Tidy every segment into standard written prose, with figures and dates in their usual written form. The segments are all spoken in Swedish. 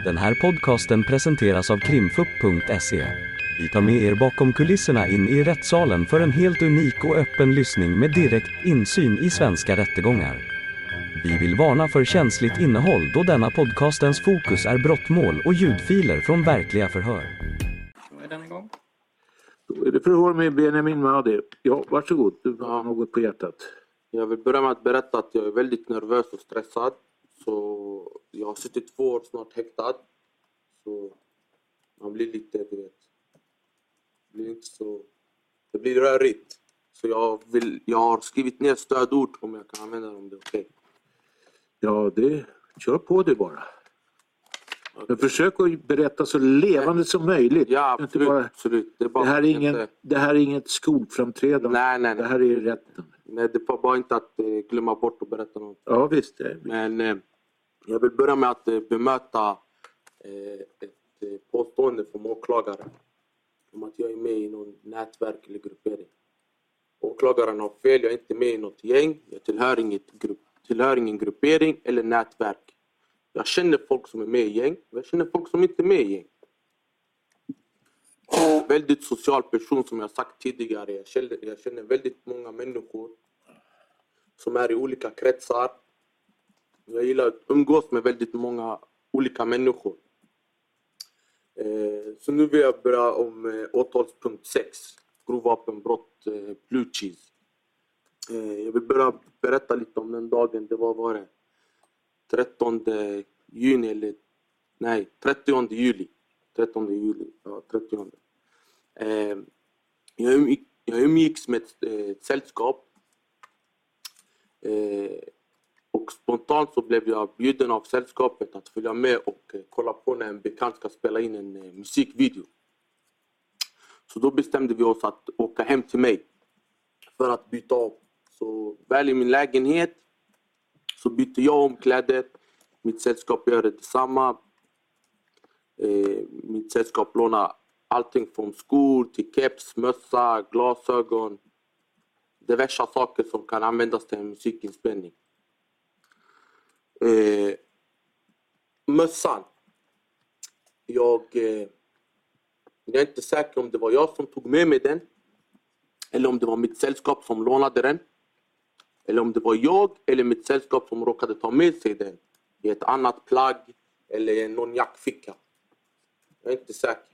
Den här podcasten presenteras av krimfupp.se. Vi tar med er bakom kulisserna in i rättssalen för en helt unik och öppen lyssning med direkt insyn i svenska rättegångar. Vi vill varna för känsligt innehåll då denna podcastens fokus är brottmål och ljudfiler från verkliga förhör. Då är den igång. Då är det förhör med Benjamin Mahdi. Ja, varsågod. Du har något på hjärtat. Jag vill börja med att berätta att jag är väldigt nervös och stressad. Så jag har suttit 2 år snart häktad. Så man blir lite, du vet. Det blir inte så... Det blir rörigt. Så jag har skrivit ner stödord om jag kan använda dem, det är okej. Ja, kör på det bara. Men försök att berätta så levande som möjligt. Ja, absolut. Absolut. Det här är inget skolframträdande. Nej. Det här är rätten. Nej, det får bara inte att glömma bort och berätta något. Ja, visst. Men jag vill börja med att bemöta ett påstående från åklagaren om att jag är med i någon nätverk eller gruppering. Åklagaren har fel, jag är inte med i något gäng. Jag tillhör ingen gruppering eller nätverk. Jag känner folk som är med i gäng och jag känner folk som inte är med i gäng. Väldigt social person som jag sagt tidigare. Jag känner väldigt många människor som är i olika kretsar. Jag gillar att umgås med väldigt många olika människor. Så nu vill jag börja om åtalspunkt 6. Grovvapenbrott, blue cheese. Jag vill börja berätta lite om den dagen. Det var 30 juli. Ja, 30. Jag umgicks med ett sällskap. Och spontant så blev jag bjuden av sällskapet att följa med och kolla på när en bekant ska spela in en musikvideo. Så då bestämde vi oss att åka hem till mig för att byta om. Så väl i min lägenhet så bytte jag om kläder. Mitt sällskap gör detsamma. Mitt sällskap lånar allting från skor till keps, mössa, glasögon. Diverse saker som kan användas till en musikinspelning. Mössan. Jag är inte säker om det var jag som tog med mig den. Eller om det var mitt sällskap som lånade den. Eller om det var jag eller mitt sällskap som råkade ta med sig den. I ett annat plagg eller i någon jackficka. Jag är inte säker.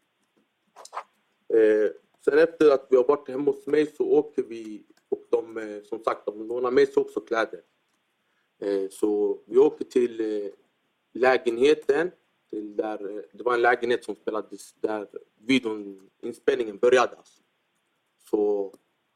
Sen efter att vi har varit hemma hos mig så åker vi. Och de, som sagt, de lånar med sig också kläder. Så vi åker till lägenheten. Det var en lägenhet som spelades där inspelningen började. Så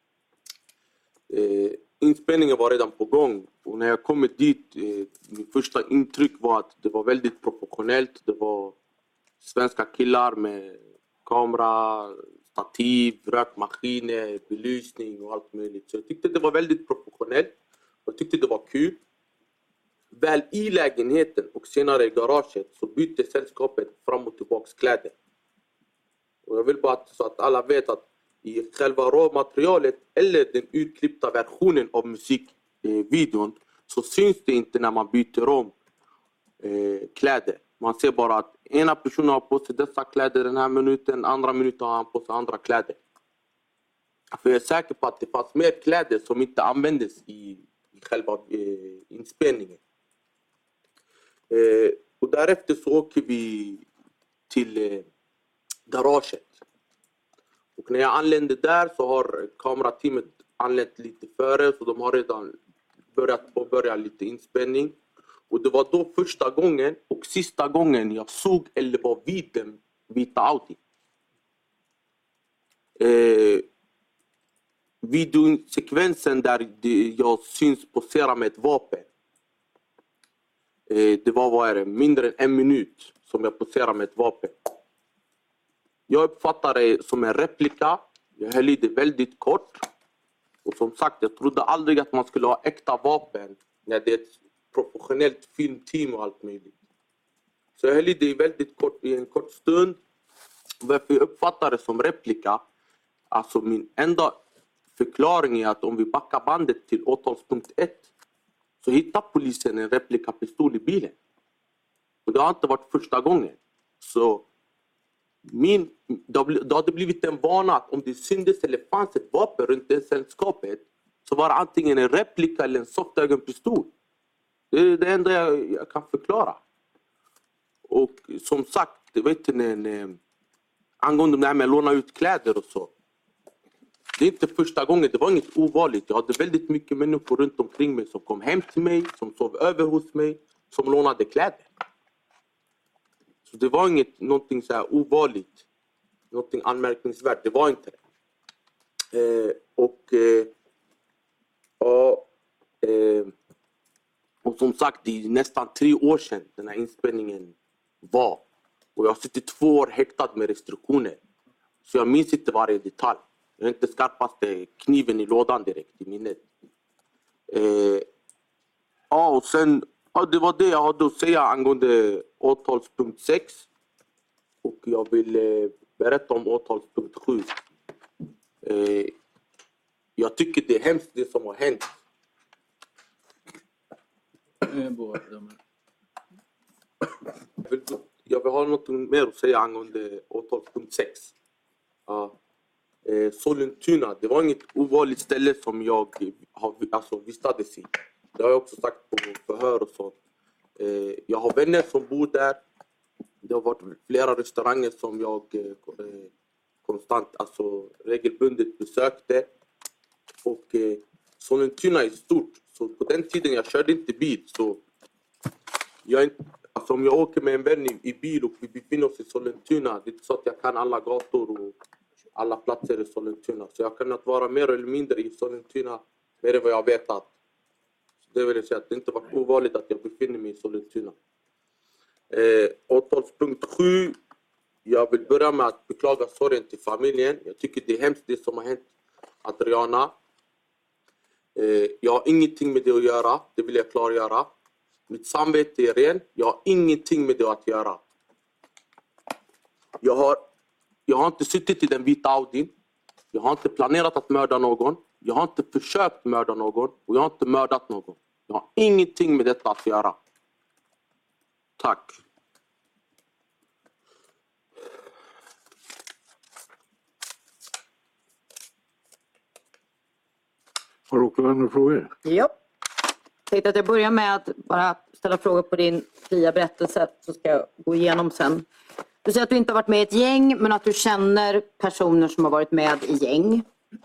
inspelningen var redan på gång. Och när jag kom dit, min första intryck var att det var väldigt professionellt. Det var svenska killar med kamera, stativ, rökmaskiner, belysning och allt möjligt. Så jag tyckte det var väldigt professionellt. Jag tyckte det var kul. Väl i lägenheten och senare i garaget så bytte sällskapet fram och tillbaka kläder. Och jag vill bara så att alla vet att i själva råmaterialet eller den utklippta versionen av musikvideon så syns det inte när man byter om kläder. Man ser bara att ena personen har på sig dessa kläder den här minuten, andra minuten har han på sig andra kläder. För jag är säker på att det fanns mer kläder som inte användes i själva inspelningen. Och därefter så åker vi till garaget. Och när jag anlände där så har kamerateamet anlänt lite före. Så de har redan börjat lite inspelning. Och det var då första gången och sista gången jag såg eller var vid den vita Audi. Videosekvensen där jag syns posera med ett vapen. Det var mindre än 1 minut som jag poserar med ett vapen. Jag uppfattar det som en replika. Jag höll i det väldigt kort. Och som sagt, jag trodde aldrig att man skulle ha äkta vapen när det är ett professionellt filmteam och allt möjligt. Så jag höll i det väldigt kort i en kort stund. Varför jag uppfattar det som replika. Alltså min enda förklaring är att om vi backar bandet till åtalspunkt 1 så hittar polisen en replikapistol i bilen. Och det har inte varit första gången. Så det hade blivit en vana att om det syndes eller fanns ett vapen runt det sällskapet så var det antingen en replika eller en softögonpistol. Det är det enda jag kan förklara. Och som sagt, vet ni, angående det här med att låna ut kläder och så. Det är inte första gången, det var inget ovanligt. Jag hade väldigt mycket människor runt omkring mig som kom hem till mig, som sov över hos mig, som lånade kläder. Så det var någonting så här ovanligt, någonting anmärkningsvärt, det var inte det. Och som sagt, det är nästan 3 år sedan den här inspelningen var. Och jag har suttit 2 år häktad med restriktioner. Så jag minns inte varje detalj. Jag är inte skarpaste kniven i lådan direkt i minnet. Och sen, det var det jag hade att säga angående åtalspunkt 6. Och jag vill berätta om åtalspunkt 7. Jag tycker det är hemskt det som har hänt. Jag vill ha något mer att säga angående åtalspunkt 6. Sollentuna, det var inget ovanligt ställe som jag vistades i. Det har jag också sagt på förhör och sånt. Jag har vänner som bor där. Det har varit flera restauranger som jag konstant, regelbundet besökte. Och Sollentuna är stort. Så på den tiden jag körde inte bil. Så om jag åker med en vän i bil och vi befinner oss i Sollentuna, det är inte så att jag kan alla gator och alla platser i Sollentuna. Så jag kan att vara mer eller mindre i Sollentuna mer än vad jag vet att. Så det vill säga att det inte varit ovanligt att jag befinner mig i Sollentuna. Åtalspunkt 7. Jag vill börja med att beklaga sorgen till familjen. Jag tycker det är hemskt det som har hänt Adriana. Jag har ingenting med det att göra. Det vill jag klargöra. Mitt samvete är ren. Jag har ingenting med det att göra. Jag har inte suttit i den vita Audin. Jag har inte planerat att mörda någon. Jag har inte försökt mörda någon. Och jag har inte mördat någon. Jag har ingenting med detta att göra. Tack. Har du några frågor? Ja. Jag tänkte att jag börjar med att bara ställa frågor på din fria berättelse. Så ska jag gå igenom sen. Du säger att du inte har varit med i ett gäng, men att du känner personer som har varit med i gäng.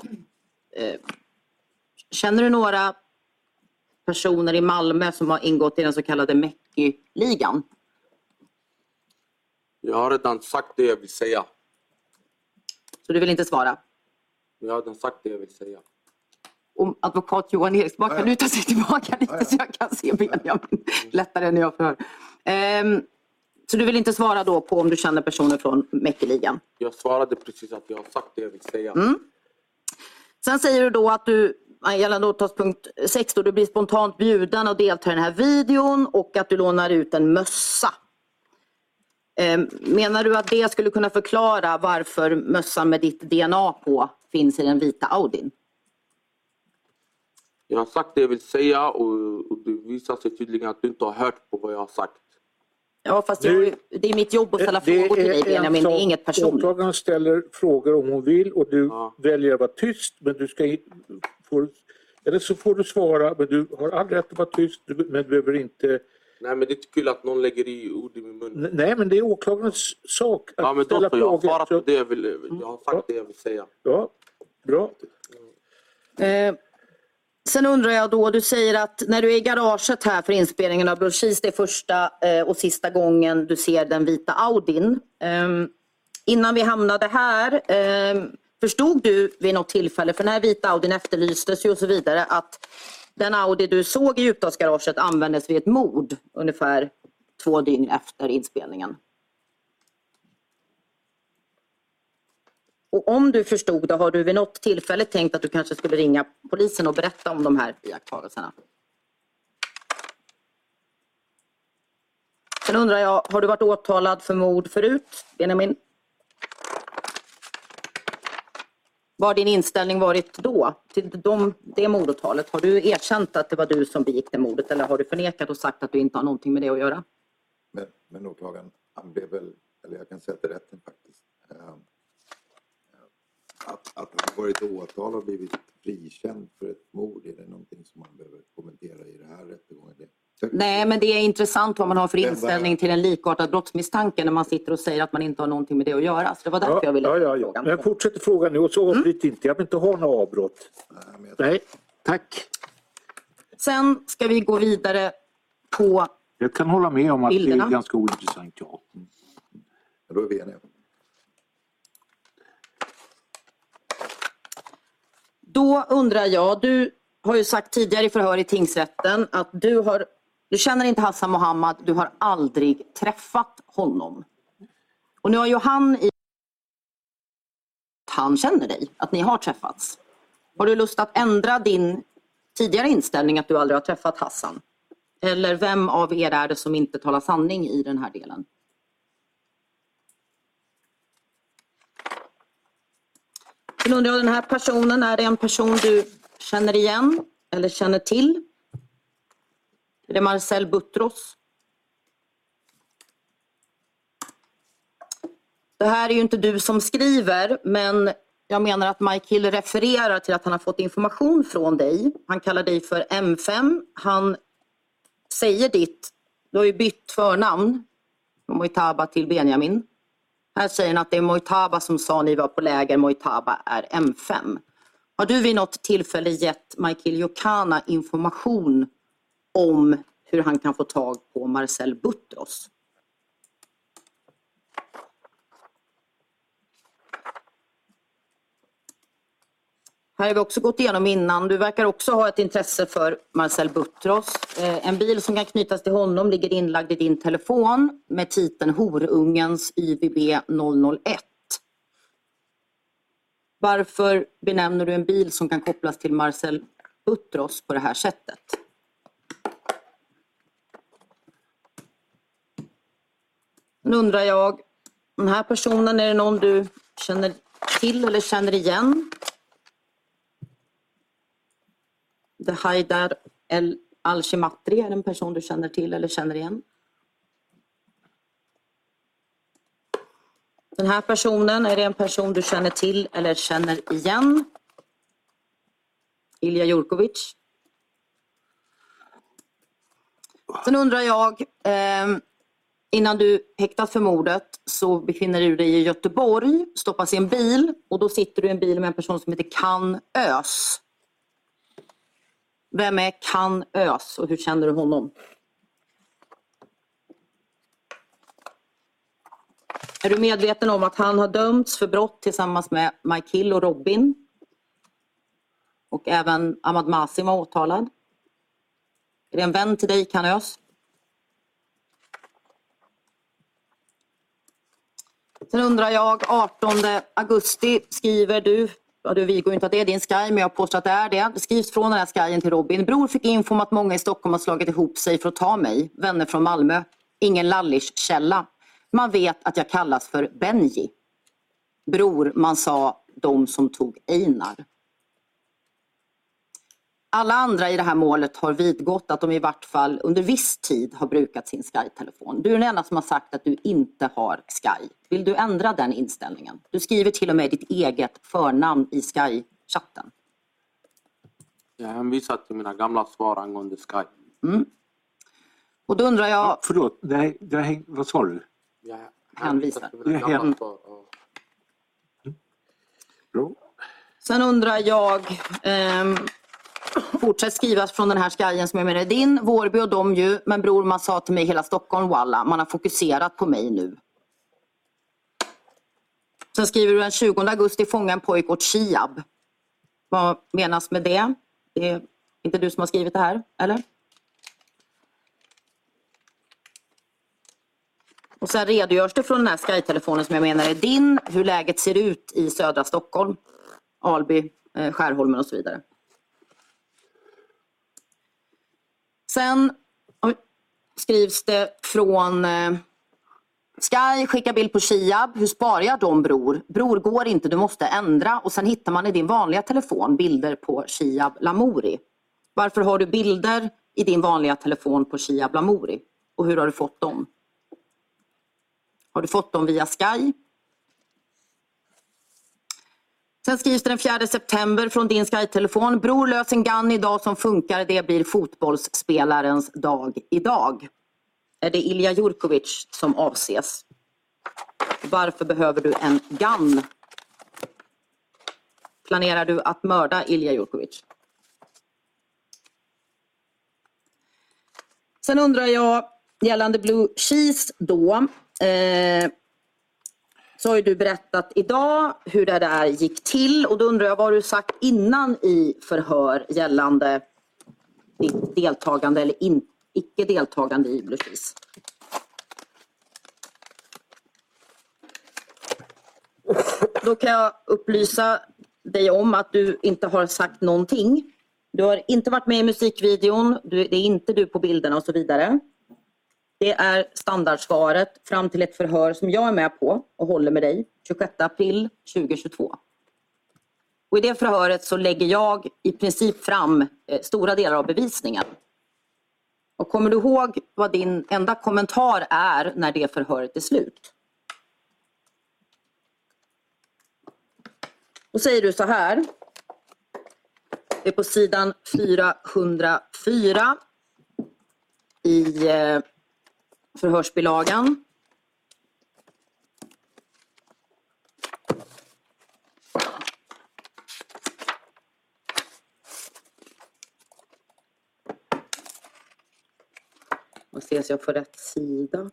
Känner du några personer i Malmö som har ingått i den så kallade Mäcky-ligan? Jag har redan sagt det jag vill säga. Så du vill inte svara? Jag har redan sagt det jag vill säga. Om advokat Johan Eriksson kan luta sig tillbaka lite så jag kan se Benjamin lättare än jag förhör. Så du vill inte svara då på om du känner personer från Mäcky-ligan? Jag svarade precis att jag har sagt det jag vill säga. Sen säger du då att du, gällande åtalspunkt 6, då du blir spontant bjuden och deltar i den här videon och att du lånar ut en mössa. Menar du att det skulle kunna förklara varför mössan med ditt DNA på finns i den vita Audin? Jag har sagt det jag vill säga och det visar sig tydligen att du inte har hört på vad jag har sagt. Ja, fast det är mitt jobb att ställa frågor till dig, Benjamin. Det är inget personligt. Åklagaren ställer frågor om hon vill och du väljer att vara tyst. Men du ska, eller så får du svara, men du har all rätt att vara tyst. Men du behöver inte... Nej, men det är inte kul att någon lägger i ord i min mun. Nej, men det är åklagarens sak att men ställa då, frågor. Jag har svarat det jag har sagt det jag vill säga. Ja, bra. Sen undrar jag då, du säger att när du är i garaget här för inspelningen av Brochis, det är första och sista gången du ser den vita Audin. Innan vi hamnade här, förstod du vid något tillfälle, för den här vita Audin efterlystes ju och så vidare, att den Audi du såg i Utdalsgaraget användes vid ett mord ungefär 2 dygn efter inspelningen? Och om du förstod det, har du vid något tillfälle tänkt att du kanske skulle ringa polisen och berätta om de här iakttagelserna? Sen undrar jag, har du varit åtalad för mord förut, Benjamin? Vad har din inställning varit då till det mordåtalet? Har du erkänt att det var du som begick det mordet eller har du förnekat och sagt att du inte har någonting med det att göra? Men åklagaren, han blev väl, eller jag kan säga till rätten faktiskt, att han varit åtalad och blivit frikänd för ett mord, är det någonting som man behöver kommentera i det här rättegången? Nej, men det är intressant vad man har för inställning till en likartad brottsmisstanke när man sitter och säger att man inte har någonting med det att göra. Så det var därför jag ville frågan. Men jag fortsätter frågan nu och så avbryt inte. Jag vill inte ha några avbrott. Nej, tack. Sen ska vi gå vidare på Jag kan hålla med om att bilderna. Det är ganska ointressant, ja. Då är vi eniga. Då undrar jag, du har ju sagt tidigare i förhör i tingsrätten att du känner inte Hassan Mohammad, du har aldrig träffat honom. Och nu har ju han känner dig, att ni har träffats. Har du lust att ändra din tidigare inställning att du aldrig har träffat Hassan? Eller vem av er är det som inte talar sanning i den här delen? Sen undrar jag, den här personen, är det en person du känner igen eller känner till? Är det Marcel Butros? Det här är ju inte du som skriver, men jag menar att Mike Hill refererar till att han har fått information från dig. Han kallar dig för M5. Han säger du har ju bytt förnamn från Mojtaba till Benjamin. Här säger han att det är Mojtaba som sa ni var på läger, Mojtaba är M5. Har du vid något tillfälle gett Michael Jokana information om hur han kan få tag på Marcel Butros? Här har vi också gått igenom innan. Du verkar också ha ett intresse för Marcel Butros. En bil som kan knytas till honom ligger inlagd i din telefon med titeln Horungens YVB 001. Varför benämner du en bil som kan kopplas till Marcel Butros på det här sättet? Nu undrar jag, den här personen, är det någon du känner till eller känner igen? Det Haidar Al-Shimatri är en person du känner till eller känner igen. Den här personen, är det en person du känner till eller känner igen? Ilja Jurkovic. Sen undrar jag, innan du häktas för mordet så befinner du dig i Göteborg, stoppas i en bil och då sitter du i en bil med en person som heter Kan Ös. Vem är Kan Ös och hur känner du honom? Är du medveten om att han har dömts för brott tillsammans med Mike Hill och Robin? Och även Ahmad Masim var åtalad. Är det en vän till dig, Kan Ös? Sen undrar jag, 18 augusti skriver du, du vidgår inte att det är din Sky, men jag påstår att det är det. Det skrivs från den här Skyen till Robin. Bror fick info om att många i Stockholm har slagit ihop sig för att ta mig. Vänner från Malmö. Ingen lallish källa. Man vet att jag kallas för Benji. Bror, man sa de som tog Einar. Alla andra i det här målet har vidgått att de i vart fall under viss tid har brukat sin Sky-telefon. Du är den enda som har sagt att du inte har Sky. Vill du ändra den inställningen? Du skriver till och med ditt eget förnamn i Sky-chatten. Jag hänvisar till mina gamla svar angående Sky. Mm. Och då undrar jag... Förlåt, vad sa du? Jag hänvisar till mina gamla svar. Bra. Sen undrar jag... fortsätt skrivas från den här Skyen som jag menar är din, Vårby och de ju, men bror, man sa till mig hela Stockholm, walla, man har fokuserat på mig nu. Sen skriver du den 20 augusti fånga en pojk åt Shiab. Vad menas med det? Det är inte du som har skrivit det här, eller? Och sen redogörs det från den här Sky-telefonen som jag menar är din, hur läget ser ut i södra Stockholm, Alby, Skärholmen och så vidare. Sen skrivs det från Sky, skicka bild på Shiab. Hur sparar jag dem, bror? Bror går inte, du måste ändra. Och sen hittar man i din vanliga telefon bilder på Shiab Lamouri. Varför har du bilder i din vanliga telefon på Shiab Lamouri? Och hur har du fått dem? Har du fått dem via Sky? Sen skrivs det den 4 september från din Sky-telefon. Bror, lös en gun idag som funkar. Det blir fotbollsspelarens dag idag. Är det Ilja Jurkovic som avses? Varför behöver du en gun? Planerar du att mörda Ilja Jurkovic? Sen undrar jag gällande Blue Cheese då. Så har ju du berättat idag hur det där gick till. Och då undrar jag, vad har du sagt innan i förhör gällande ditt deltagande eller icke deltagande i Blue Cheese? Då kan jag upplysa dig om att du inte har sagt någonting. Du har inte varit med i musikvideon, det är inte du på bilderna och så vidare. Det är standardsvaret fram till ett förhör som jag är med på och håller med dig 26 april 2022. Och i det förhöret så lägger jag i princip fram stora delar av bevisningen. Och kommer du ihåg vad din enda kommentar är när det förhöret är slut? Då säger du så här. Det är på sidan 404 i förhörsbilagan. Och se så jag får rätt sida.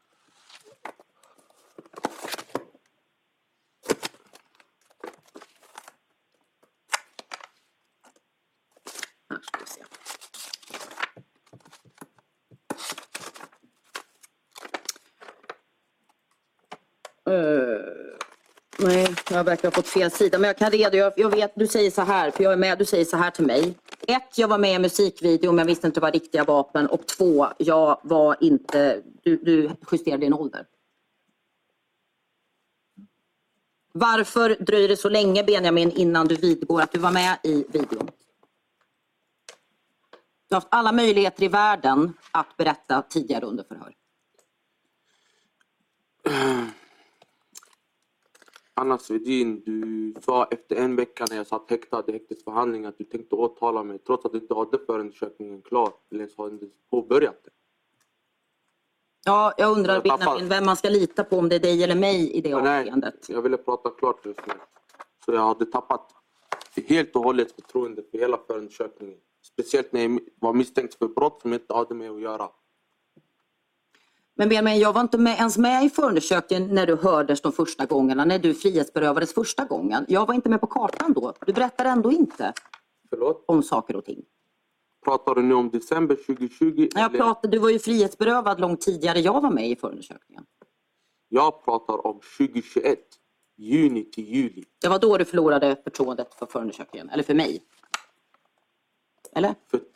Här ska vi se. Nej, jag verkar ha fått fel sida. Men jag kan redogöra. Jag vet, du säger så här, för jag är med. Du säger så här till mig. 1, jag var med i musikvideo men jag visste inte vad riktiga vapen. Och 2, jag var inte... Du justerade din ålder. Varför dröjer det så länge, Benjamin, innan du vidgår att du var med i videon? Du har haft alla möjligheter i världen att berätta tidigare under förhör. Anna Svedin, du sa efter en vecka när jag satt häktad i häktesförhandling att du tänkte åtala mig trots att du inte hade förundersökningen klar eller ens hade påbörjat det. Ja, jag undrar Benjamin, vem man ska lita på, om det är dig eller mig i det avseendet. Nej, jag ville prata klart just nu. Så jag hade tappat helt och hållet förtroende för hela förundersökningen. Speciellt när jag var misstänkt för brott som inte hade med att göra. Men Benjamin, jag var inte ens med i förundersökningen när du hördes de första gångerna, när du frihetsberövades första gången. Jag var inte med på kartan då. Du berättar ändå inte om saker och ting. Pratar du nu om december 2020? Du var ju frihetsberövad långt tidigare jag var med i förundersökningen. Jag pratar om 2021. Juni till juli. Det var då du förlorade förtroendet för förundersökningen. Eller för mig. Eller?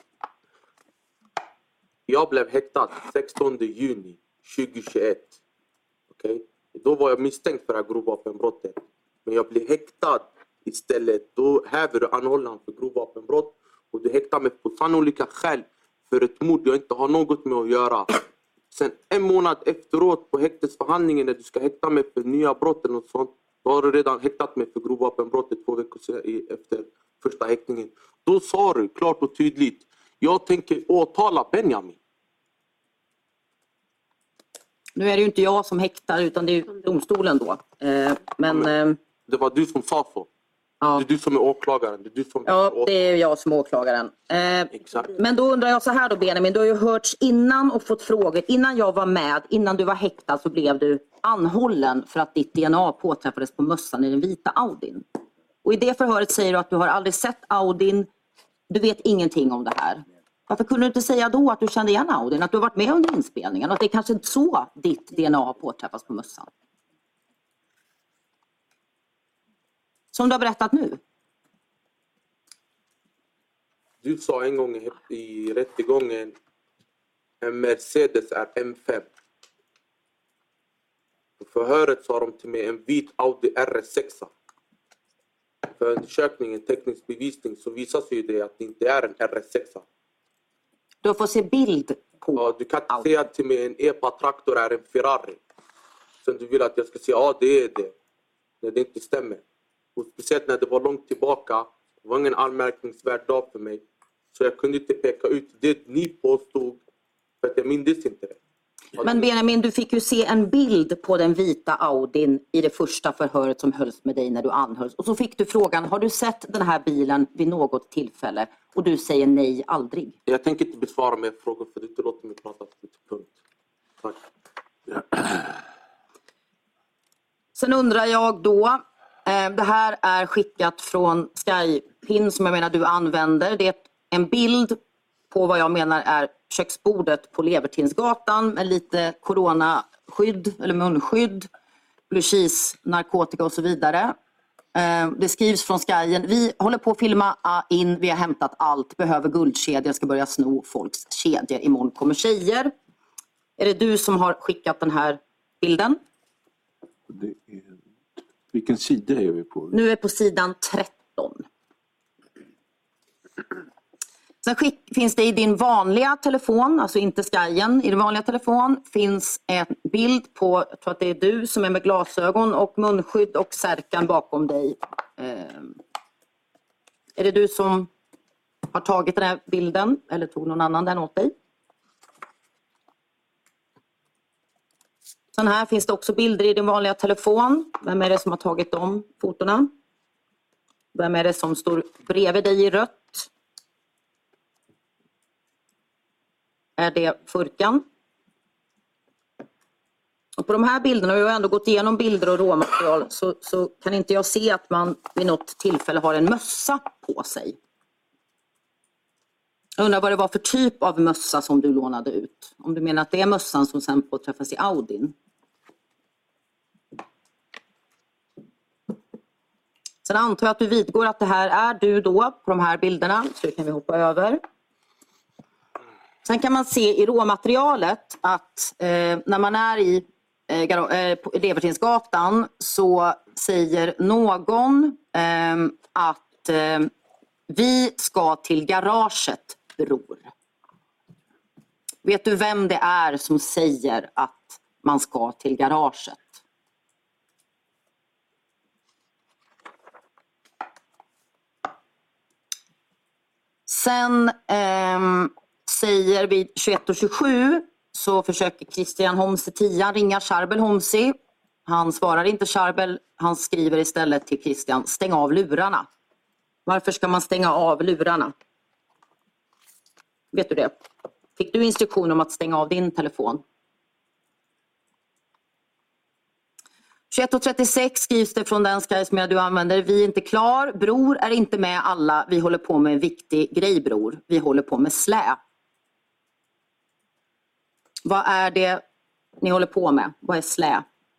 Jag blev häktad 16 juni 2021. Okay? Då var jag misstänkt för det här grovvapenbrottet. Men jag blev häktad istället. Då häver du anhållan för grovvapenbrott. Och du häktar mig på sannolika skäl för ett mord jag inte har något med att göra. Sen en månad efteråt på häktesförhandlingen när du ska häkta mig för nya brott eller något sånt. Då har du redan häktat mig för grovvapenbrottet 2 veckor efter första häktningen. Då sa du klart och tydligt: jag tänker åtala Benjamin. Nu är det ju inte jag som häktar utan det är ju domstolen då. Det var du som sa så. Ja. Det är du som är åklagaren. Det är jag som är åklagaren. Exakt. Men då undrar jag så här då, Benjamin. Du har ju hörts innan och fått frågor. Innan jag var med, innan du var häktad, så blev du anhållen för att ditt DNA påträffades på mössan i den vita Audin. Och i det förhöret säger du att du har aldrig sett Audin. Du vet ingenting om det här. Varför kunde du inte säga då att du kände igen Audin? Att du har varit med under inspelningen? Att det är kanske så ditt DNA har påträffats på mössan? Som du har berättat nu. Du sa en gång i rättegången en Mercedes är M5. På förhöret sa de till mig en vit Audi RS6. För undersökningen, teknisk bevisning, så visar sig det att det inte är en RS6. Du får se bild på Du kan inte säga till mig en EPA-traktor är en Ferrari. Sen du vill att jag ska säga ja, det är det. När det inte stämmer. Och speciellt när det var långt tillbaka. Det var ingen anmärkningsvärd dag för mig. Så jag kunde inte peka ut det ni påstod. För att jag minns inte det. Men Benjamin, du fick ju se en bild på den vita Audin i det första förhöret som hölls med dig när du anhölls. Och så fick du frågan, har du sett den här bilen vid något tillfälle? Och du säger nej, aldrig. Jag tänker inte besvara mer frågor för det inte låter mig prata till punkt. Tack. Sen undrar jag då, det här är skickat från Skypin som jag menar du använder. Det är en bild på vad jag menar är köksbordet på Levertinsgatan med lite coronaskydd eller munskydd, blue cheese, narkotika och så vidare. Det skrivs från Skyen. Vi håller på att filma in, vi har hämtat allt, behöver guldkedjor, ska börja sno folks kedjor, imorgon kommer tjejer. Är det du som har skickat den här bilden? Vilken sida är vi på? Nu är på sidan 13. Sen finns det i din vanliga telefon, alltså inte Skyen, i din vanliga telefon finns en bild på, jag tror att det är du som är med glasögon och munskydd och Serkan bakom dig. Är det du som har tagit den här bilden eller tog någon annan den åt dig? Sen här finns det också bilder i din vanliga telefon. Vem är det som har tagit de fotorna? Vem är det som står bredvid dig i rött? Är det Furkan? Och på de här bilderna, och jag har ändå gått igenom bilder och råmaterial, så kan inte jag se att man vid något tillfälle har en mössa på sig. Jag undrar vad det var för typ av mössa som du lånade ut. Om du menar att det är mössan som sen påträffas i Audin. Sen antar jag att du vidgår att det här är du då på de här bilderna. Så det kan vi hoppa över. Sen kan man se i råmaterialet att när man är i Levertinsgatan så säger någon att vi ska till garaget, bror. Vet du vem det är som säger att man ska till garaget? Sen säger vid 21:27 så försöker Christian Homsi 10 ringa Charbel Homsi. Han svarar inte Charbel, han skriver istället till Christian, stäng av lurarna. Varför ska man stänga av lurarna? Vet du det? Fick du instruktion om att stänga av din telefon? 21:36 skrivs det från den Sky som du använder. Vi är inte klar. Bror är inte med alla. Vi håller på med en viktig grej, bror. Vi håller på med slä. Vad är det ni håller på med? Vad är slä?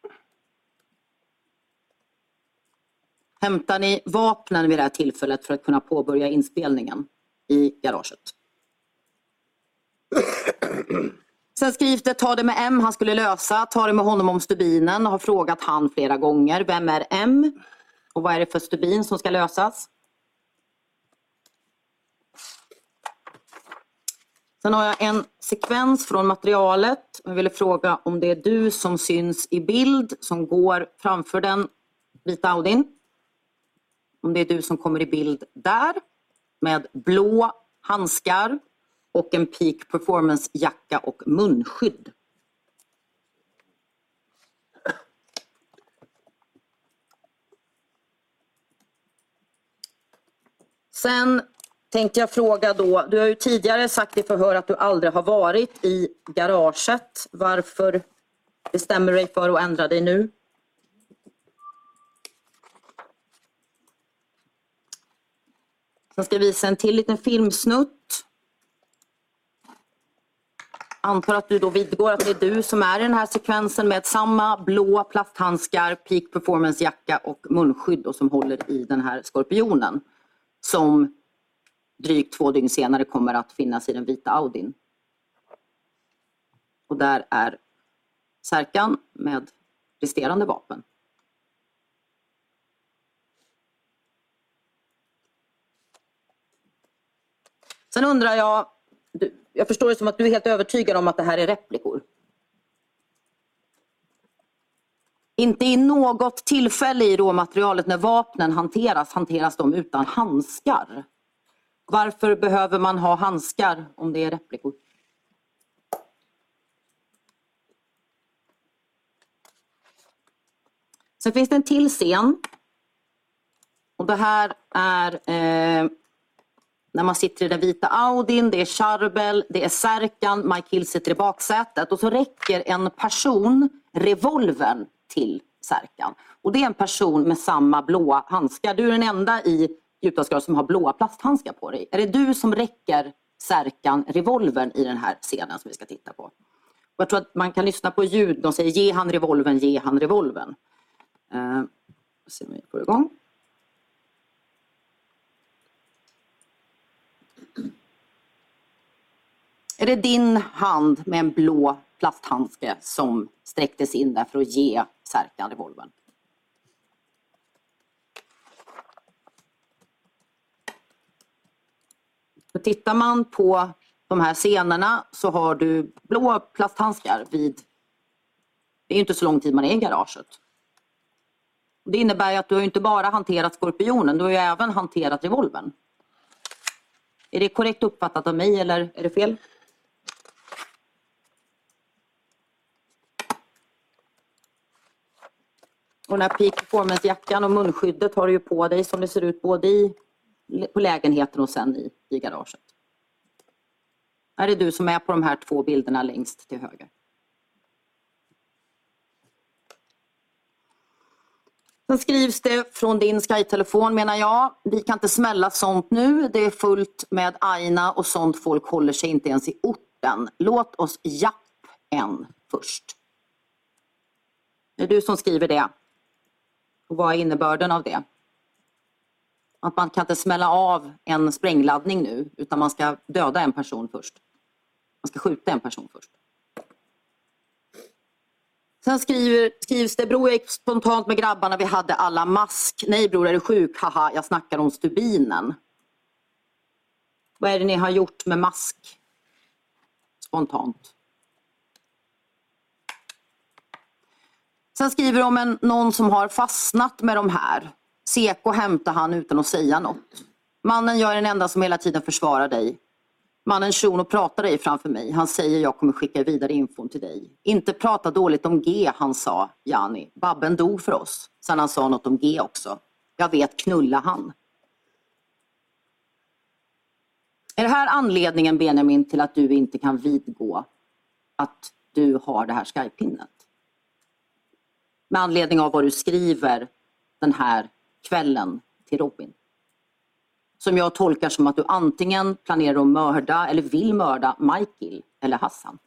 Hämtar ni vapnen vid det här tillfället för att kunna påbörja inspelningen i garaget? Sen skrivs det, ta det med M, han skulle lösa. Ta det med honom om stubinen. Har frågat han flera gånger. Vem är M? Och vad är det för stubin som ska lösas? Sen har jag en sekvens från materialet. Jag ville fråga om det är du som syns i bild som går framför den vita Audin. Om det är du som kommer i bild där med blå handskar och en Peak Performance jacka och munskydd. Sen tänkte jag fråga då, du har ju tidigare sagt i förhör att du aldrig har varit i garaget. Varför bestämmer du dig för att ändra dig nu? Sen ska jag visa en till liten filmsnutt. Antar att du då vidgår att det är du som är i den här sekvensen med samma blå plasthandskar, Peak Performance jacka och munskydd och som håller i den här skorpionen. Som drygt 2 dygn senare kommer att finnas i den vita Audin. Och där är Serkan med resterande vapen. Sen undrar jag förstår det som att du är helt övertygad om att det här är replikor. Inte i något tillfälle i råmaterialet när vapnen hanteras de utan handskar. Varför behöver man ha handskar om det är replikor? Sen finns det en till scen. Och det här är när man sitter i den vita Audin, det är Charbel, det är Serkan, Mike Hill sitter i baksätet och så räcker en person revolvern till Serkan. Och det är en person med samma blåa handskar. Du är den enda i Jutasgrad som har blåa plasthandskar på dig. Är det du som räcker Serkan revolvern i den här scenen som vi ska titta på? Och jag tror att man kan lyssna på ljud. De säger ge han revolvern, ge han revolvern. Se om vi får igång. Är det din hand med en blå plasthandske som sträcktes in där för att ge Serkan revolvern? Och tittar man på de här scenerna så har du blå plasthandskar vid... Det är ju inte så lång tid man är i garaget. Det innebär ju att du har inte bara hanterat skorpionen, du har ju även hanterat revolvern. Är det korrekt uppfattat av mig eller är det fel? Och den här peak performance-jackan och munskyddet har du ju på dig som det ser ut både på lägenheten och sen i garaget. Är det du som är på de här två bilderna längst till höger? Sen skrivs det från din Sky-telefon menar jag. Vi kan inte smälla sånt nu. Det är fullt med aina och sånt folk håller sig inte ens i orten. Låt oss japp en först. Det är du som skriver det. Och vad är innebörden av det? Att man kan inte smälla av en sprängladdning nu utan man ska döda en person först. Man ska skjuta en person först. Sen skrivs det, bror jag gick spontant med grabbarna, vi hade alla mask. Nej bror är du sjuk? Haha, jag snackar om stubinen. Vad är det ni har gjort med mask? Spontant. Sen skriver de om någon som har fastnat med de här. Seko hämtar han utan att säga något. Mannen, jag är den enda som hela tiden försvarar dig. Mannen Shuno pratar dig framför mig. Han säger jag kommer skicka vidare infon till dig. Inte prata dåligt om G, han sa, Jani. Babben dog för oss. Sen han sa något om G också. Jag vet, knulla han. Är det här anledningen, Benjamin, till att du inte kan vidgå att du har det här Skype-pinnet? Med anledning av vad du skriver den här kvällen till Robin. Som jag tolkar som att du antingen planerar att mörda eller vill mörda Michael eller Hassan.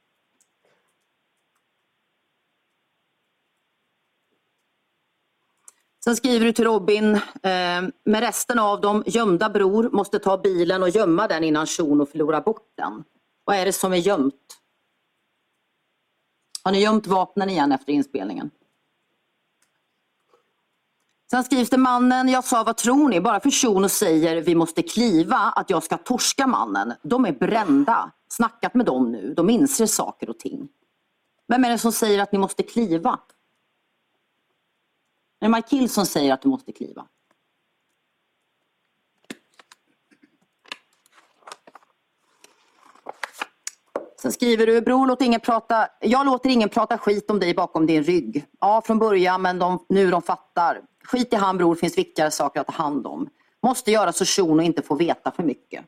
Sen skriver du till Robin, med resten av dem gömda bror måste ta bilen och gömma den innan Shuno förlorar bort den. Vad är det som är gömt? Har ni gömt vapnen igen efter inspelningen? Sen skrivs det mannen, jag sa vad tror ni? Bara för Shuno säger vi måste kliva att jag ska torska mannen. De är brända. Snackat med dem nu. De inser saker och ting. Vem är det som säger att ni måste kliva? Det är Michael som säger att du måste kliva. Sen skriver du, bror jag låter ingen prata skit om dig bakom din rygg. Ja, från början, men nu de fattar. Skit i han bror, finns viktigare saker att ta hand om. Måste göra så Shuno inte får veta för mycket.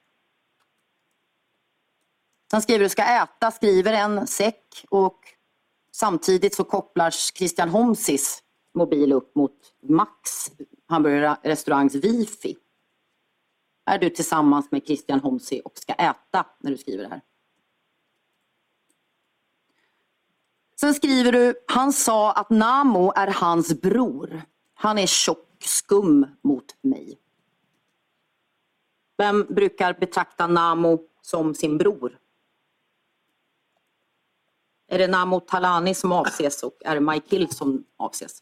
Sen skriver du ska äta, skriver en säck och samtidigt så kopplar Christian Homsis mobil upp mot Max hamburgerrestaurangs wifi. Är du tillsammans med Christian Homsi och ska äta när du skriver det här? Sen skriver du, han sa att Namo är hans bror. Han är tjock skum mot mig. Vem brukar betrakta Namo som sin bror? Är det Namo Talani som avses och är det Michael som avses?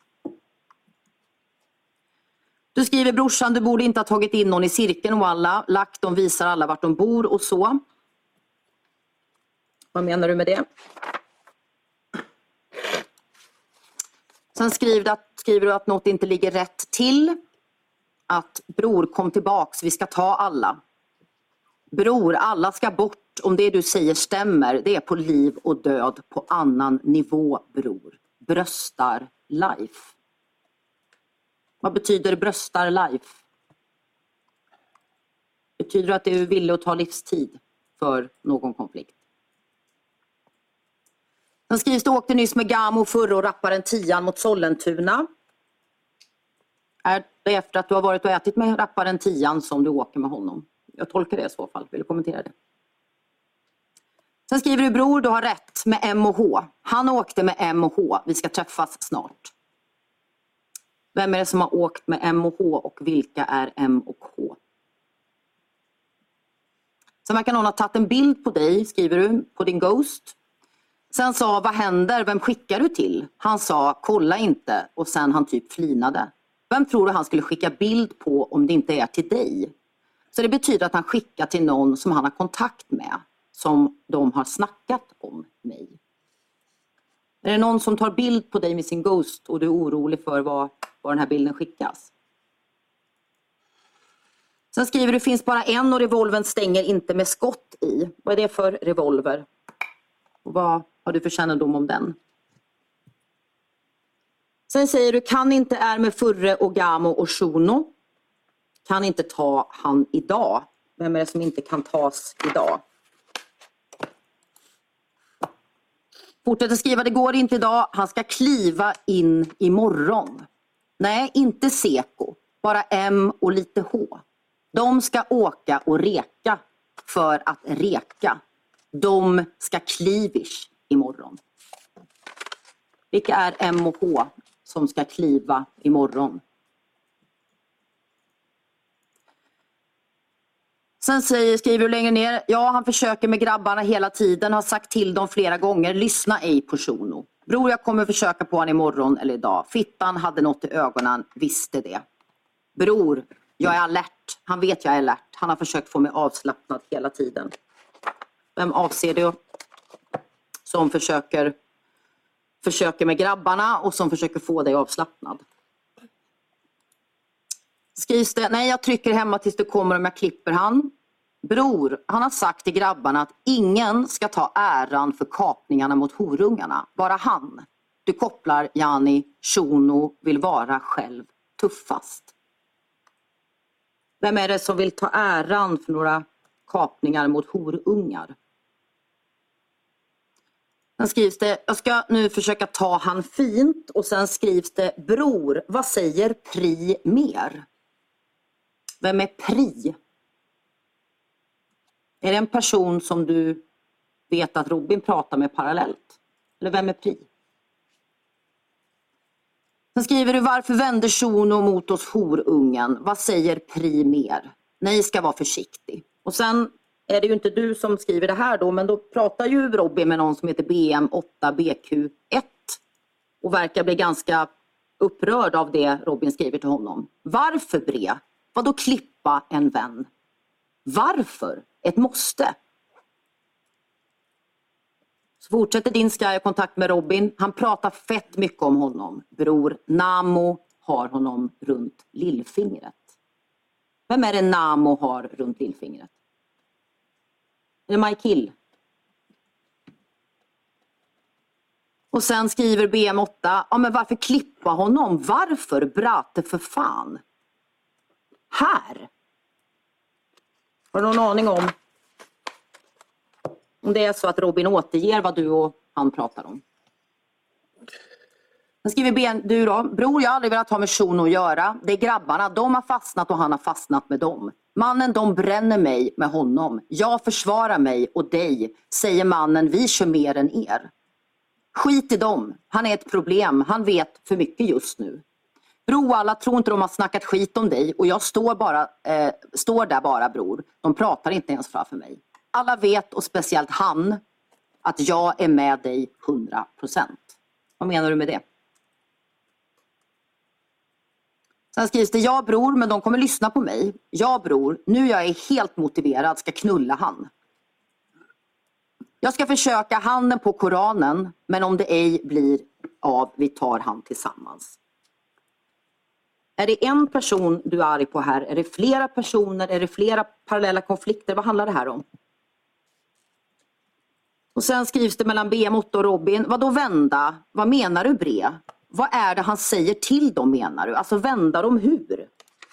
Du skriver brorsan, du borde inte ha tagit in någon i cirkeln och alla. Lagt, de visar alla vart de bor och så. Vad menar du med det? Sen skriver du att något inte ligger rätt till. Att bror, kom tillbaks, vi ska ta alla. Bror, alla ska bort. Om det du säger stämmer, det är på liv och död på annan nivå, bror. Bröstar life. Vad betyder bröstar life? Betyder det att du är villig att ta livstid för någon konflikt? Sen skrivs det, åkte nyss med Gamo förra och rapparen 10 mot Sollentuna. Är det efter att du har varit och ätit med rapparen 10 som du åker med honom? Jag tolkar det i så fall. Vill du kommentera det? Sen skriver du, bror, du har rätt med M och H. Han åkte med M och H. Vi ska träffas snart. Vem är det som har åkt med M och H och vilka är M och H? Sen verkar någon ha tagit en bild på dig, skriver du, på din Ghost. Sen sa, vad händer? Vem skickar du till? Han sa, kolla inte. Och sen han typ flinade. Vem tror du han skulle skicka bild på om det inte är till dig? Så det betyder att han skickar till någon som han har kontakt med. Som de har snackat om mig. Är det någon som tar bild på dig med sin Ghost och du är orolig för var den här bilden skickas? Sen skriver du, finns bara en och revolvern stänger inte med skott i. Vad är det för revolver? Och vad har du för kännedom om den? Sen säger du, kan inte är med Furre och Gamo och Shuno. Kan inte ta han idag. Vem är det som inte kan tas idag? Fortsätter skriva, det går inte idag. Han ska kliva in imorgon. Nej, inte Seko. Bara M och lite H. De ska åka och reka för att reka. De ska klivish imorgon. Vilka är M och H som ska kliva imorgon? Sen skriver du längre ner, ja, han försöker med grabbarna hela tiden, har sagt till dem flera gånger, lyssna ej på Shuno. Bror, jag kommer försöka på han imorgon eller idag. Fittan hade något i ögonen, visste det. Bror, jag är alert. Han vet jag är alert. Han har försökt få mig avslappnad hela tiden. Vem avser du som försöker med grabbarna och som försöker få dig avslappnad? Skrivs det, nej, jag trycker hemma tills du kommer om jag klipper han. Bror, han har sagt till grabbarna att ingen ska ta äran för kapningarna mot horungarna. Bara han. Du kopplar Jani, Shuno vill vara själv tuffast. Vem är det som vill ta äran för några kapningar mot horungar? Sen skrivs det, jag ska nu försöka ta han fint. Och sen skrivs det, bror, vad säger Pri mer? Vem är Pri? Är det en person som du vet att Robin pratar med parallellt? Eller vem är Pri? Sen skriver du, varför vänder Shuno mot oss horungen? Vad säger Pri mer? Nej, ska vara försiktig. Och sen är det ju inte du som skriver det här då, men då pratar ju Robin med någon som heter BM8BQ1 och verkar bli ganska upprörd av det Robin skriver till honom. Varför bre? Vad då klippa en vän? Varför? Ett måste. Så fortsätter din Sky kontakt med Robin. Han pratar fett mycket om honom. Bror, Namo har honom runt lillfingret. Vem är det Namo har runt lillfingret? Är det Mike Hill? Och sen skriver BM8, ja men varför klippa honom? Varför brate för fan? Här? Har du någon aning om det är så att Robin återger vad du och han pratar om? Sen skriver du då, bror, jag har aldrig velat ha med Shuno att göra. Det är grabbarna, de har fastnat och han har fastnat med dem. Mannen, de bränner mig med honom. Jag försvarar mig och dig, säger mannen, vi kör mer än er. Skit i dem, han är ett problem, han vet för mycket just nu. Bro, alla tror inte de har snackat skit om dig och jag står där bara, bror. De pratar inte ens framför mig. Alla vet, och speciellt han, att jag är med dig 100%. Vad menar du med det? Sen skrivs det, ja bror, men de kommer lyssna på mig. Ja bror, nu jag är helt motiverad, ska knulla han. Jag ska försöka handen på Koranen, men om det ej blir av vi tar han tillsammans. Är det en person du är arg på här? Är det flera personer? Är det flera parallella konflikter? Vad handlar det här om? Och sen skrivs det mellan BM8 och Robin. Vad då vända? Vad menar du Bre? Vad är det han säger till dem menar du? Alltså vända dem hur?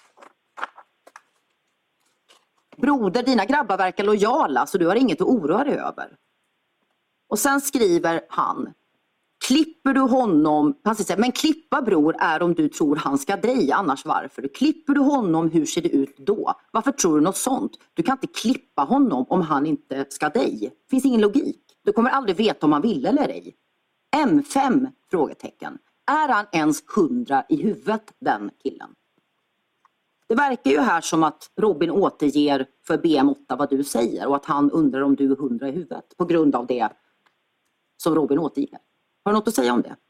Broder, dina grabbar verkar lojala så du har inget att oroa dig över. Och sen skriver han. Klipper du honom, han säger men klippa bror är om du tror han ska dig, annars varför? Klipper du honom, hur ser det ut då? Varför tror du något sånt? Du kan inte klippa honom om han inte ska dig. Det finns ingen logik. Du kommer aldrig veta om han vill eller ej. M5? Frågetecken. Är han ens 100 i huvudet, den killen? Det verkar ju här som att Robin återger för BM8 vad du säger och att han undrar om du är 100 i huvudet på grund av det som Robin återger. Har du något att säga om det?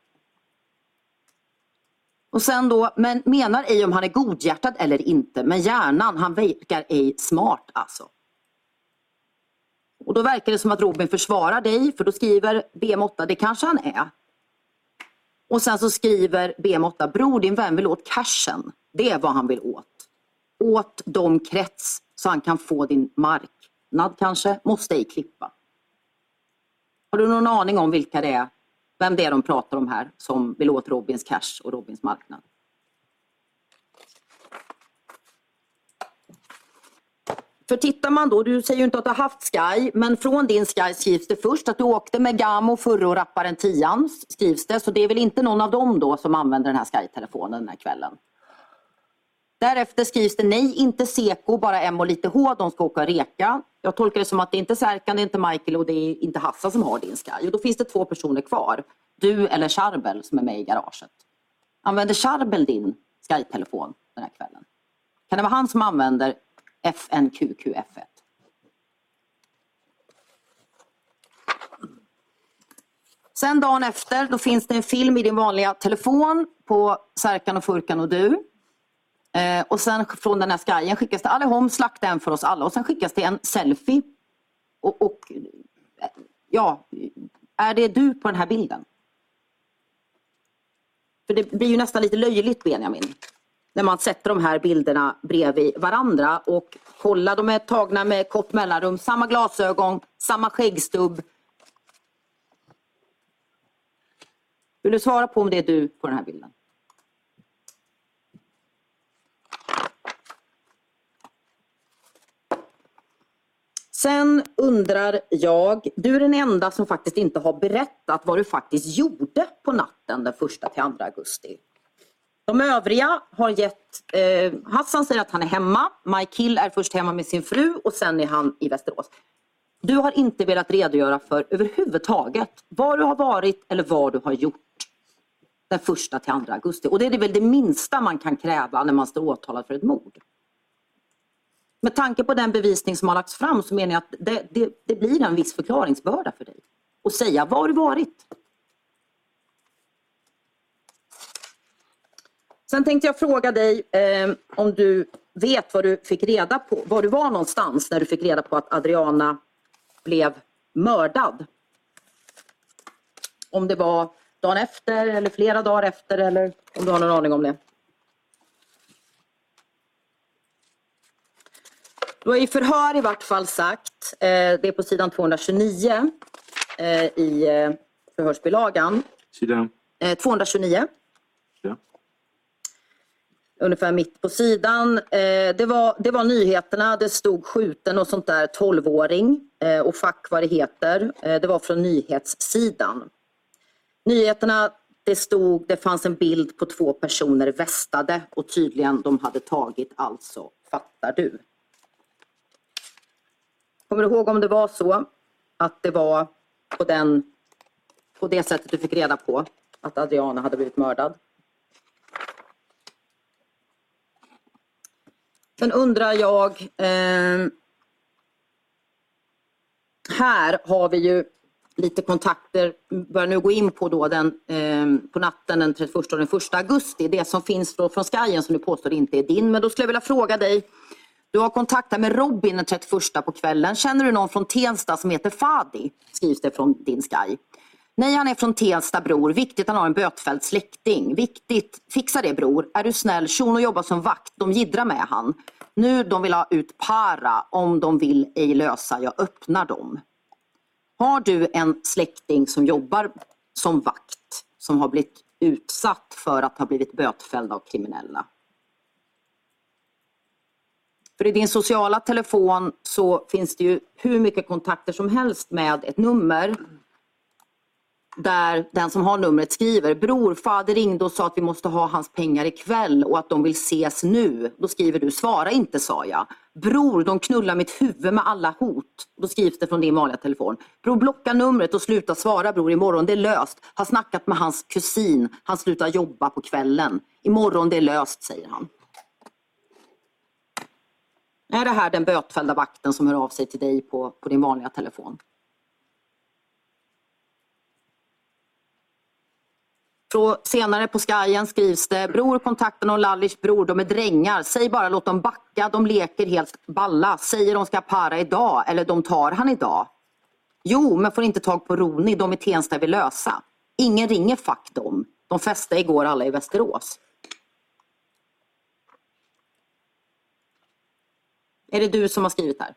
Och sen då, men menar ej om han är godhjärtad eller inte, men hjärnan, han verkar ej smart alltså. Och då verkar det som att Robin försvarar dig, för då skriver BM8, det kanske han är. Och sen så skriver BM8, bror din vän vill åt cashen. Det är vad han vill åt. Åt de krets så han kan få din marknad kanske, måste ej klippa. Har du någon aning om vilka det är? Vem det är de pratar om här som vill åt Robins cash och Robins marknad? För tittar man då, du säger ju inte att du har haft Sky, men från din Sky skrivs det först att du åkte med Gamo, Furro och rapparen Tian skrivs det. Så det är väl inte någon av dem då som använder den här Sky-telefonen den här kvällen. Därefter skrivs det nej, inte Seko, bara M och lite H, de ska åka och reka. Jag tolkar det som att det är inte Serkan, det är inte Michael och det är inte Hassa som har din Sky. Och då finns det 2 personer kvar. Du eller Charbel som är med i garaget. Använder Charbel din Sky-telefon den här kvällen? Kan det vara han som använder FNQQF1? Sen dagen efter, då finns det en film i din vanliga telefon på Serkan och Furkan och du. Och sen från den här Skyen skickas det allihom, slakta en för oss alla. Och sen skickas det en selfie. Och ja, är det du på den här bilden? För det blir ju nästan lite löjligt, Benjamin. När man sätter de här bilderna bredvid varandra. Och kolla, de är tagna med kort mellanrum. Samma glasögon, samma skäggstubb. Vill du svara på om det är du på den här bilden? Sen undrar jag, du är den enda som faktiskt inte har berättat vad du faktiskt gjorde på natten den 1-2 augusti. De övriga har gett, Hassan säger att han är hemma, Mike Hill är först hemma med sin fru och sen är han i Västerås. Du har inte velat redogöra för överhuvudtaget var du har varit eller vad du har gjort den 1-2 augusti. Och det är väl det minsta man kan kräva när man står åtalad för ett mord. Med tanke på den bevisning som har lagts fram så menar jag att det blir en viss förklaringsbörda för dig. Och säga, var har du varit? Sen tänkte jag fråga dig om du vet vad du fick reda på, var du var någonstans när du fick reda på att Adriana blev mördad. Om det var dagen efter eller flera dagar efter eller om du har någon aning om det. Du har i förhör i vart fall sagt, det är på sidan 229 i förhörsbilagan. Sidan? 229. Ja. Ungefär mitt på sidan. Det var nyheterna, det stod skjuten och sånt där 12-åring och fack vad det heter. Det var från nyhetssidan. Nyheterna, det fanns en bild på 2 personer västade och tydligen de hade tagit, alltså fattar du. Kommer du ihåg om det var så att det var på det sättet du fick reda på att Adriana hade blivit mördad? Sen undrar jag, här har vi ju lite kontakter, börjar nu gå in på då på natten den 31 och den 1 augusti. Det som finns från Skyen som du påstår inte är din. Men då skulle jag vilja fråga dig, du har kontakt med Robin den 31 på kvällen. Känner du någon från Tensta som heter Fadi? Skrivs det från din Sky. Nej, han är från Tensta, bror. Viktigt, han har en bötfälld släkting. Viktigt, fixa det, bror. Är du snäll, Shuno jobbar som vakt. De jiddrar med han. Nu de vill ha ut para. Om de vill ej lösa, jag öppnar dem. Har du en släkting som jobbar som vakt, som har blivit utsatt för att ha blivit bötfälld av kriminella? För i din sociala telefon så finns det ju hur mycket kontakter som helst med ett nummer där den som har numret skriver: bror, fader ringde och sa att vi måste ha hans pengar ikväll och att de vill ses nu. Då skriver du: svara inte, sa jag. Bror, de knullar mitt huvud med alla hot. Då skrivs det från din vanliga telefon: bror, blocka numret och sluta svara, bror, imorgon, det är löst. Har snackat med hans kusin, han slutar jobba på kvällen. Imorgon, det är löst, säger han. Är det här den bötfällda vakten som hör av sig till dig på din vanliga telefon? Senare på Skajen skrivs det: bror, kontakten och Lallish bror, de är drängar. Säg bara, låt dem backa, de leker helt balla. Säger de ska para idag, eller de tar han idag. Jo, men får inte tag på Roni, de i Tensta vill lösa. Ingen ringer, fuck dem. De festade igår alla i Västerås. Är det du som har skrivit här?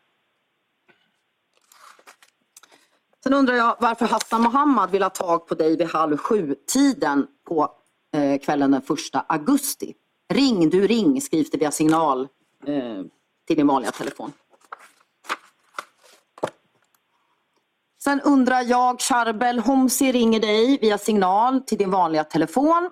Sen undrar jag varför Hassan Mohammad vill ha tag på dig vid 6:30 på kvällen den 1 augusti. Ring, du ring, skrivs det via signal till din vanliga telefon. Sen undrar jag, Charbel Homsi ringer dig via signal till din vanliga telefon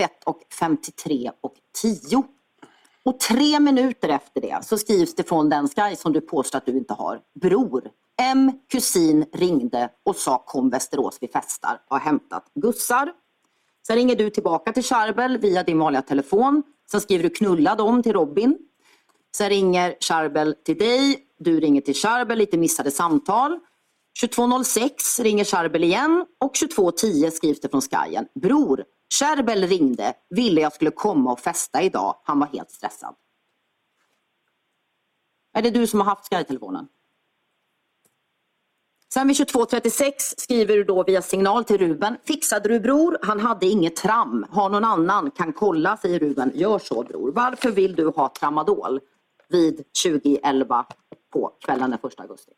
21:53:10. Och 3 minuter efter det så skrivs det från den Sky som du påstår att du inte har: bror, kusin ringde och sa kom Västerås, vi festar, och har hämtat gussar. Sen ringer du tillbaka till Charbel via din vanliga telefon. Sen skriver du knulla dem till Robin. Sen ringer Charbel till dig. Du ringer till Charbel, lite missade samtal. 22:06 ringer Charbel igen och 22:10 skrivs det från Skyen: bror, Charbel ringde, ville jag skulle komma och festa idag. Han var helt stressad. Är det du som har haft Sky-telefonen? Sen vid 22:36 skriver du då via signal till Ruben: fixade du, bror? Han hade inget tram. Har någon annan kan kolla, säger Ruben. Gör så, bror. Varför vill du ha tramadol vid 20:11 på kvällen den 1 augusti?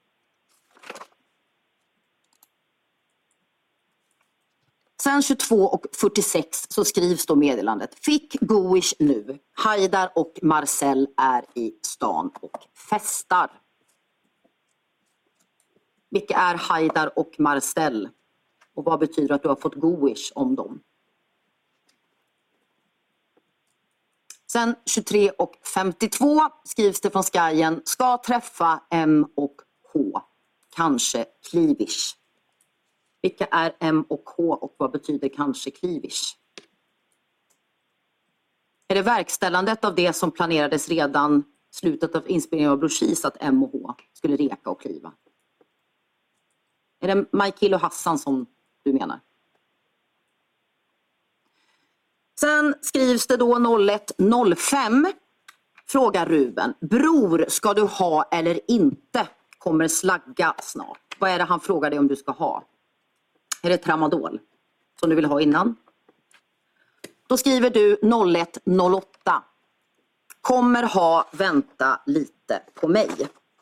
Sen 22:46 så skrivs då meddelandet: fick Goish nu. Haidar och Marcel är i stan och festar. Vilka är Haidar och Marcel? Och vad betyder att du har fått Goish om dem? Sen 23:52 skrivs det från Skyen: ska träffa M och H. Kanske Klivish. Vilka är M och H och vad betyder kanske Klivish? Är det verkställandet av det som planerades redan slutet av inspelningen av Blue Cheese, att M och H skulle reka och kliva? Är det Michael och Hassan som du menar? Sen skrivs det då 01:05. Frågar Ruben: bror, ska du ha eller inte? Kommer slagga snart. Vad är det han frågar dig om du ska ha? Är det tramadol som du vill ha innan? Då skriver du 01:08. Kommer ha, vänta lite på mig.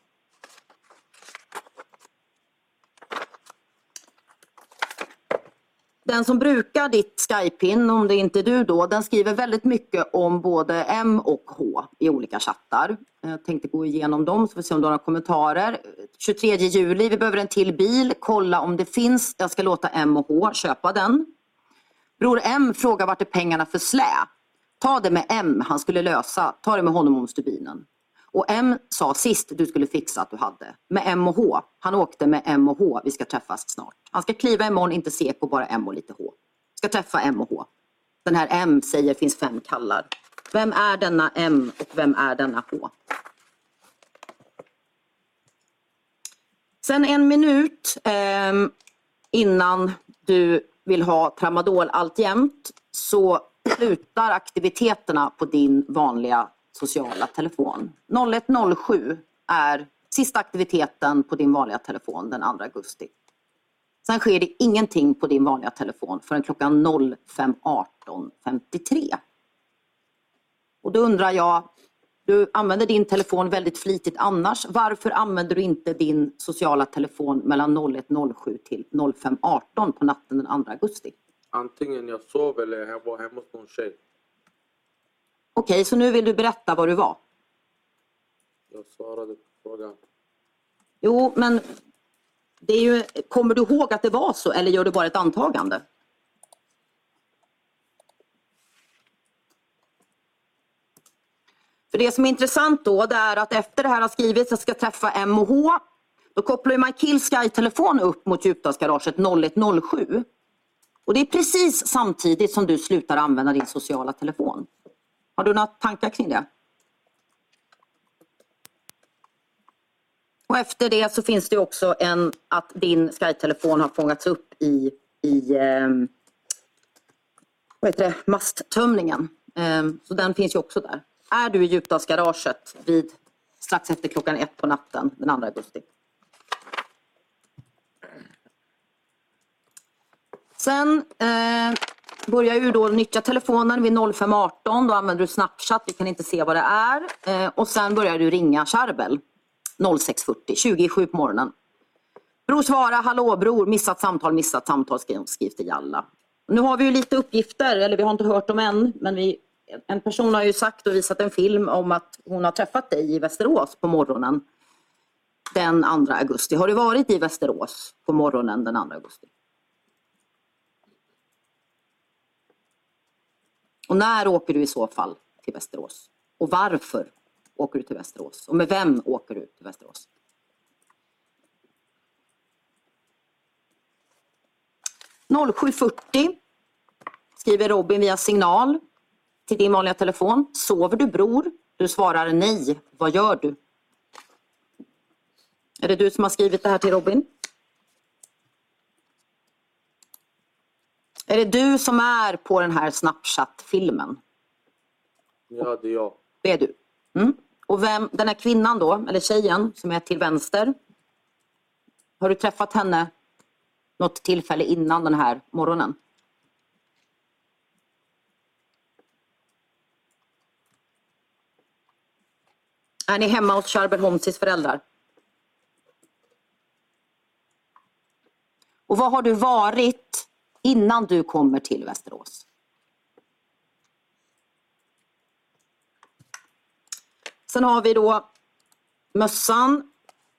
Den som brukar ditt Skype-in, om det inte är du då, den skriver väldigt mycket om både M och H i olika chattar. Jag tänkte gå igenom dem så vi får se om du har några kommentarer. 23 juli, vi behöver en till bil. Kolla om det finns. Jag ska låta M och H köpa den. Bror M frågar vart är pengarna för slä. Ta det med M, han skulle lösa. Ta det med honom om stubinen. Och M sa sist du skulle fixa att du hade. Med M och H. Han åkte med M och H. Vi ska träffas snart. Han ska kliva imorgon, inte seko, bara M och lite H. Ska träffa M och H. Den här M säger finns 5 kallar. Vem är denna M och vem är denna H? Sen 1 minut innan du vill ha tramadol alltjämt så slutar aktiviteterna på din vanliga sociala telefon. 01:07 är sista aktiviteten på din vanliga telefon den 2 augusti. Sen sker det ingenting på din vanliga telefon förrän klockan 05.18.53. Och då undrar jag, du använder din telefon väldigt flitigt annars. Varför använder du inte din sociala telefon mellan 01.07 till 05.18 på natten den 2 augusti? Antingen jag sov eller jag var hemma hos någon tjej. Okej, så nu vill du berätta var du var. Jag svarade på frågan. Jo, men det är ju, kommer du ihåg att det var så eller gör du bara ett antagande? För det som är intressant då, det är att efter det här har skrivits, jag ska träffa MH, då kopplar ju Michael Sky-telefon upp mot Djupdalsgaraget 01.07. Och det är precis samtidigt som du slutar använda din sociala telefon. Har du några tankar kring det? Och efter det så finns det också att din Sky-telefon har fångats upp i masttömningen. Så den finns ju också där. Är du i Djupdalsgaraget strax efter klockan 1 på natten den 2 augusti? Sen börjar ju då nyttja telefonen vid 05.18. Då använder du Snapchat, vi kan inte se vad det är. Och sen börjar du ringa Charbel 06.40, 27 på morgonen. Bror svara, hallå bror, missat samtal, skriv till Jalla. Nu har vi ju lite uppgifter, eller vi har inte hört dem än, men en person har ju sagt och visat en film om att hon har träffat dig i Västerås på morgonen den 2 augusti. Har du varit i Västerås på morgonen den 2 augusti? Och när åker du i så fall till Västerås? Och varför åker du till Västerås? Och med vem åker du till Västerås? - 07.40 skriver Robin via signal till din vanliga telefon. Sover du bror? Du svarar nej. Vad gör du? Är det du som har skrivit det här till Robin? Är det du som är på den här Snapchat-filmen? Ja, det är jag. Det är du. Mm. Och den här kvinnan då, eller tjejen som är till vänster. Har du träffat henne något tillfälle innan den här morgonen? Är ni hemma hos Charbel Homsis föräldrar? Och vad har du varit innan du kommer till Västerås? Sen har vi då mössan.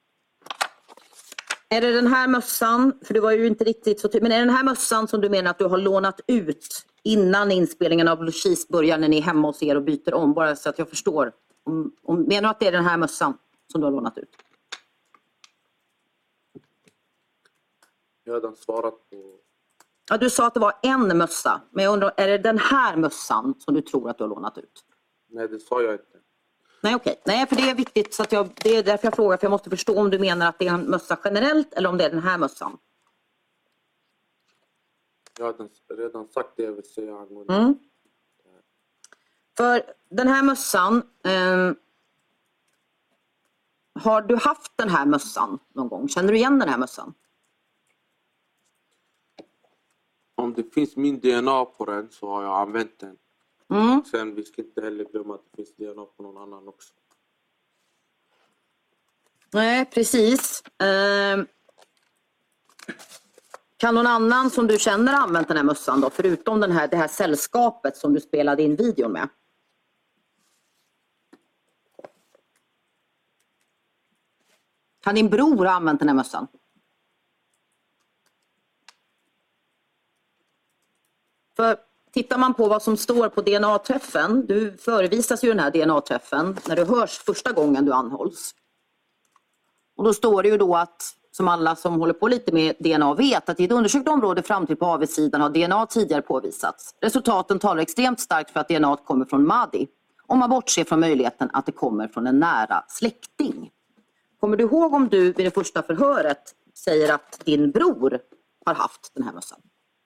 Är det den här mössan, för du var ju inte riktigt så men är det den här mössan som du menar att du har lånat ut innan inspelningen av Blue Cheese börjar när ni är hemma hos er och byter om? Bara så att jag förstår. Menar du att det är den här mössan som du har lånat ut? Jag har redan svarat på... Ja, du sa att det var en mössa. Men jag undrar, är det den här mössan som du tror att du har lånat ut? Nej, det sa jag inte. Nej, okej. Nej, för det är viktigt. Så att det är därför jag frågar. För jag måste förstå om du menar att det är en mössa generellt eller om det är den här mössan. Jag har redan sagt det jag vill säga angående. För den här mössan... har du haft den här mössan någon gång? Känner du igen den här mössan? Om det finns min DNA på den så har jag använt den. Sen vi ska inte heller glömma att det finns DNA på någon annan också. Nej, precis. Kan någon annan som du känner ha använt den här mössan då? Förutom det här sällskapet som du spelade in videon med. Kan din bror ha använt den här mössan? För tittar man på vad som står på DNA-träffen, du förevisas ju den här DNA-träffen när du hörs första gången du anhålls. Och då står det ju då att, som alla som håller på lite med DNA vet, att i ett undersökt område fram till på avsidan har DNA tidigare påvisats. Resultaten talar extremt starkt för att DNA kommer från Mahdi. Om man bortser från möjligheten att det kommer från en nära släkting. Kommer du ihåg om du vid det första förhöret säger att din bror har haft den här mössan?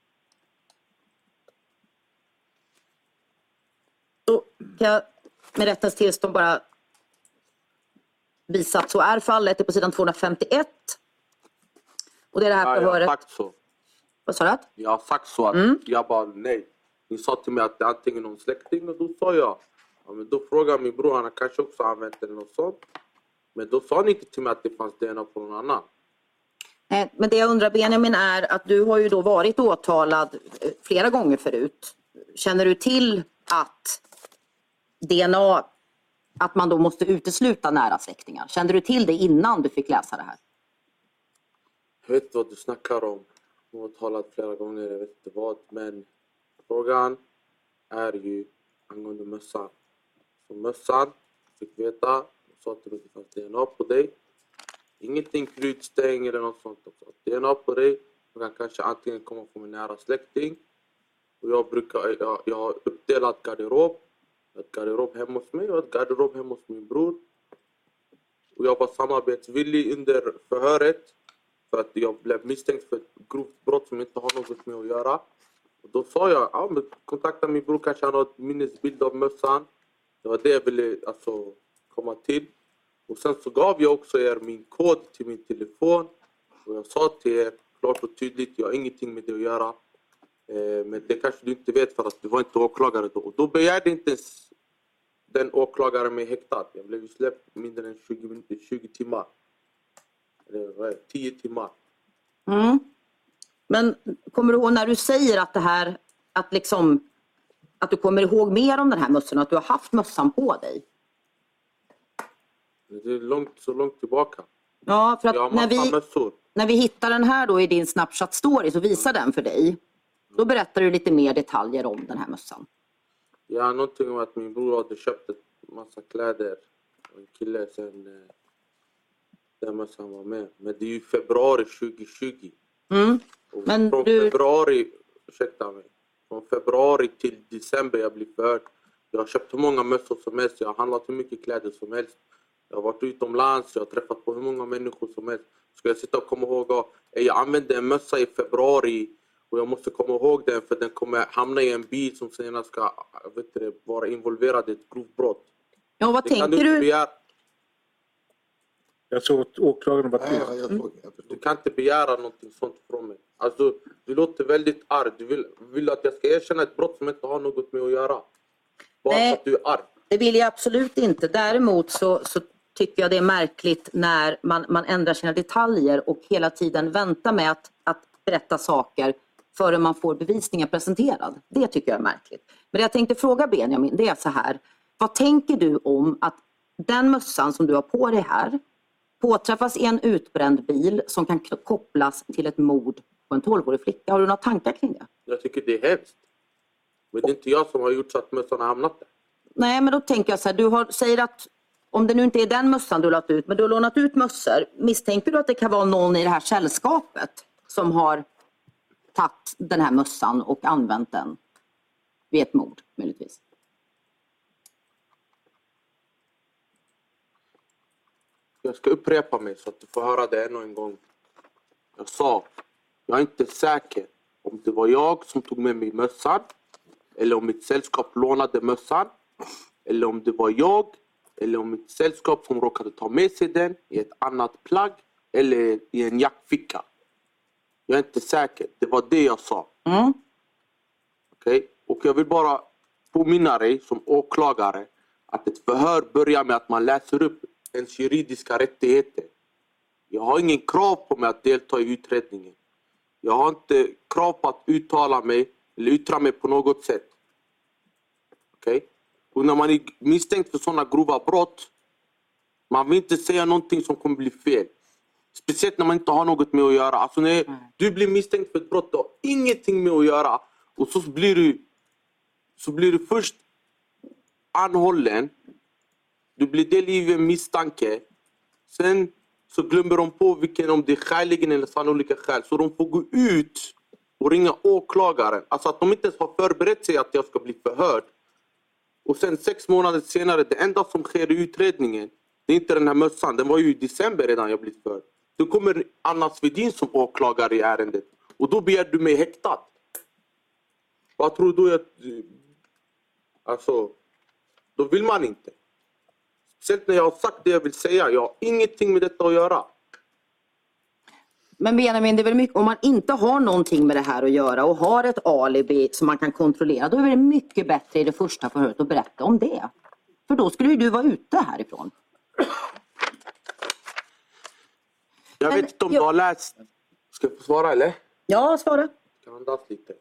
Då kan jag med rättens tillstånd bara visa att så är fallet. Det är på sidan 251. Och det är det här Ja, jag har förhöret. sagt så. Vad sa du? Jag har sagt så att jag bara nej. Ni sa till mig att det är antingen någon släkting och då sa jag. Ja, men då frågade min bror, han har kanske också använt det eller något sånt. Men då sa ni inte till mig att det fanns DNA på någon annan. Men det jag undrar Benjamin är att du har ju då varit åtalad flera gånger förut. Känner du till att DNA, att man då måste utesluta nära släktingar? Kände du till det innan du fick läsa det här? Jag vet vad du snackar om. Jag har talat flera gånger, jag vet inte vad. Men frågan är ju angående mössan. Så mössan fick veta, jag sa att det inte fanns DNA på dig. Ingenting kryddstäng eller något sånt. DNA på dig, man kan kanske antingen komma från en nära släkting. Och jag har uppdelat garderob. Ett garderob hemma hos mig och ett garderob hemma hos min bror. Och jag var samarbetsvillig under förhöret. För att jag blev misstänkt för ett grovt brott som inte har något med att göra. Och då sa jag, ja, men kontakta min bror, kanske han har ett minnesbild av mössan. Det var det jag ville komma till. Och sen så gav jag också er min kod till min telefon. Och jag sa till er klart och tydligt, jag har ingenting med det att göra. Men det kanske du inte vet för att du var inte åklagare då. Och då begärde inte ens den åklagaren mig häktad. Jag blev släppt mindre än 20 timmar. Eller 10 timmar. Mm. Men kommer du ihåg när du säger att det här, att du kommer ihåg mer om den här mössan, att du har haft mössan på dig? Det är så långt tillbaka. Ja, för Jag har att massa mössor. när vi hittar den här då i din Snapchat story så visar den för dig. Då berättar du lite mer detaljer om den här mössan. Ja, någonting om att min bror hade köpt en massa kläder. En kille sen den mössan var med. Men det är ju februari 2020. Men från februari till december jag blir förhörd. Jag har köpt hur många mössor som helst. Jag har handlat hur mycket kläder som helst. Jag har varit utomlands. Jag har träffat på hur många människor som helst. Ska jag sitta och komma ihåg att jag använde en mössa i februari. Och jag måste komma ihåg den för den kommer hamna i en bil som senare ska vara involverad i ett grovt brott. Ja, vad tänker du? Jag såg att åklagaren var tyst. Du kan inte begära någonting sånt från mig. Alltså, du låter väldigt arg. Du vill att jag ska erkänna ett brott som inte har något med att göra. Bara för att du är arg. Det vill jag absolut inte. Däremot så tycker jag det är märkligt när man ändrar sina detaljer och hela tiden väntar med att berätta saker förrän man får bevisningen presenterad. Det tycker jag är märkligt. Men det jag tänkte fråga Benjamin, det är så här. Vad tänker du om att den mössan som du har på dig här påträffas i en utbränd bil som kan kopplas till ett mord på en 12-årig flicka? Har du några tankar kring det? Jag tycker det är hemskt. Men det är inte jag som har gjort så att mössan har hamnat där. Nej, men då tänker jag så här. Säger att om det nu inte är den mössan du har lånat ut, men du har lånat ut mössor. Misstänker du att det kan vara någon i det här sällskapet som har tagit den här mössan och använt den vid ett mord, möjligtvis? Jag ska upprepa mig så att du får höra det ännu en gång. Jag sa, jag är inte säker om det var jag som tog med mig mössan. Eller om mitt sällskap lånade mössan. Eller om det var jag. Eller om mitt sällskap som råkade ta med sig den i ett annat plagg. Eller i en jackficka. Jag är inte säker. Det var det jag sa. Okej? Och jag vill bara påminna dig som åklagare att ett förhör börjar med att man läser upp ens juridiska rättigheter. Jag har ingen krav på mig att delta i utredningen. Jag har inte krav på att uttala mig eller yttra mig på något sätt. Okej? Och när man är misstänkt för sådana grova brott, man vill inte säga någonting som kommer bli fel. Speciellt när man inte har något med att göra. Alltså när du blir misstänkt för ett brott, du har ingenting med att göra. Och så blir du först anhållen. Du blir delgiven misstanke. Sen så glömmer de på om det är skäligen eller sannolika skäl. Så de får gå ut och ringa åklagaren. Alltså att de inte ens har förberett sig att jag ska bli förhörd. Och sen 6 månader senare, det enda som sker i utredningen, det är inte den här mössan. Den var ju i december redan jag blivit förhörd. Då kommer Anna Svedin som åklagare i ärendet. Och då begär du mig häktad. Vad tror du att... Alltså, då vill man inte. Sen när jag har sagt det jag vill säga, jag har ingenting med detta att göra. Men Benjamin, det är väl mycket, om man inte har någonting med det här att göra och har ett alibi som man kan kontrollera, då är det mycket bättre i det första förhöret att berätta om det. För då skulle ju du vara ute härifrån. Jag vet inte om du har läst. Ska jag få svara eller? Ja, svara. Jag andas lite.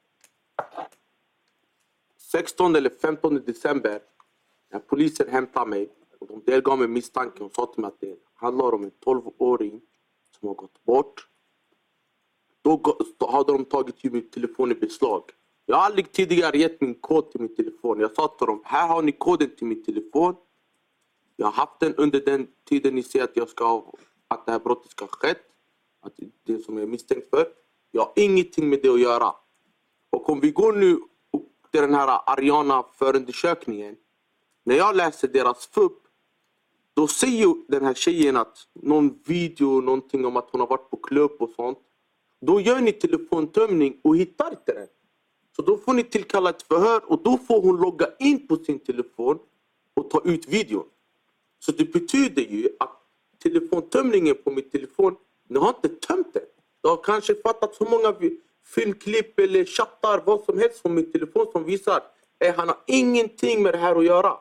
16 eller 15 december när polisen hämtade mig och de delgav mig misstanken och sa till mig att det handlar om en 12-åring som har gått bort. Då hade de tagit min telefon i beslag. Jag har aldrig tidigare gett min kod till min telefon. Jag sa till dem, här har ni koden till min telefon. Jag har haft den under den tiden ni ser att att det här brottet ska ha skett. Att det som jag är misstänkt för. Jag har ingenting med det att göra. Och om vi går nu till den här Ariana förundersökningen. När jag läser deras FUP, då säger den här tjejen att någon video, någonting om att hon har varit på klubb och sånt. Då gör ni telefontömning och hittar inte den. Så då får ni tillkalla ett förhör och då får hon logga in på sin telefon och ta ut videon. Så det betyder ju att telefontömningen på min telefon, ni har inte tömt den. Det har kanske fattat så många filmklipp eller chattar, vad som helst från min telefon som visar att han har ingenting med det här att göra.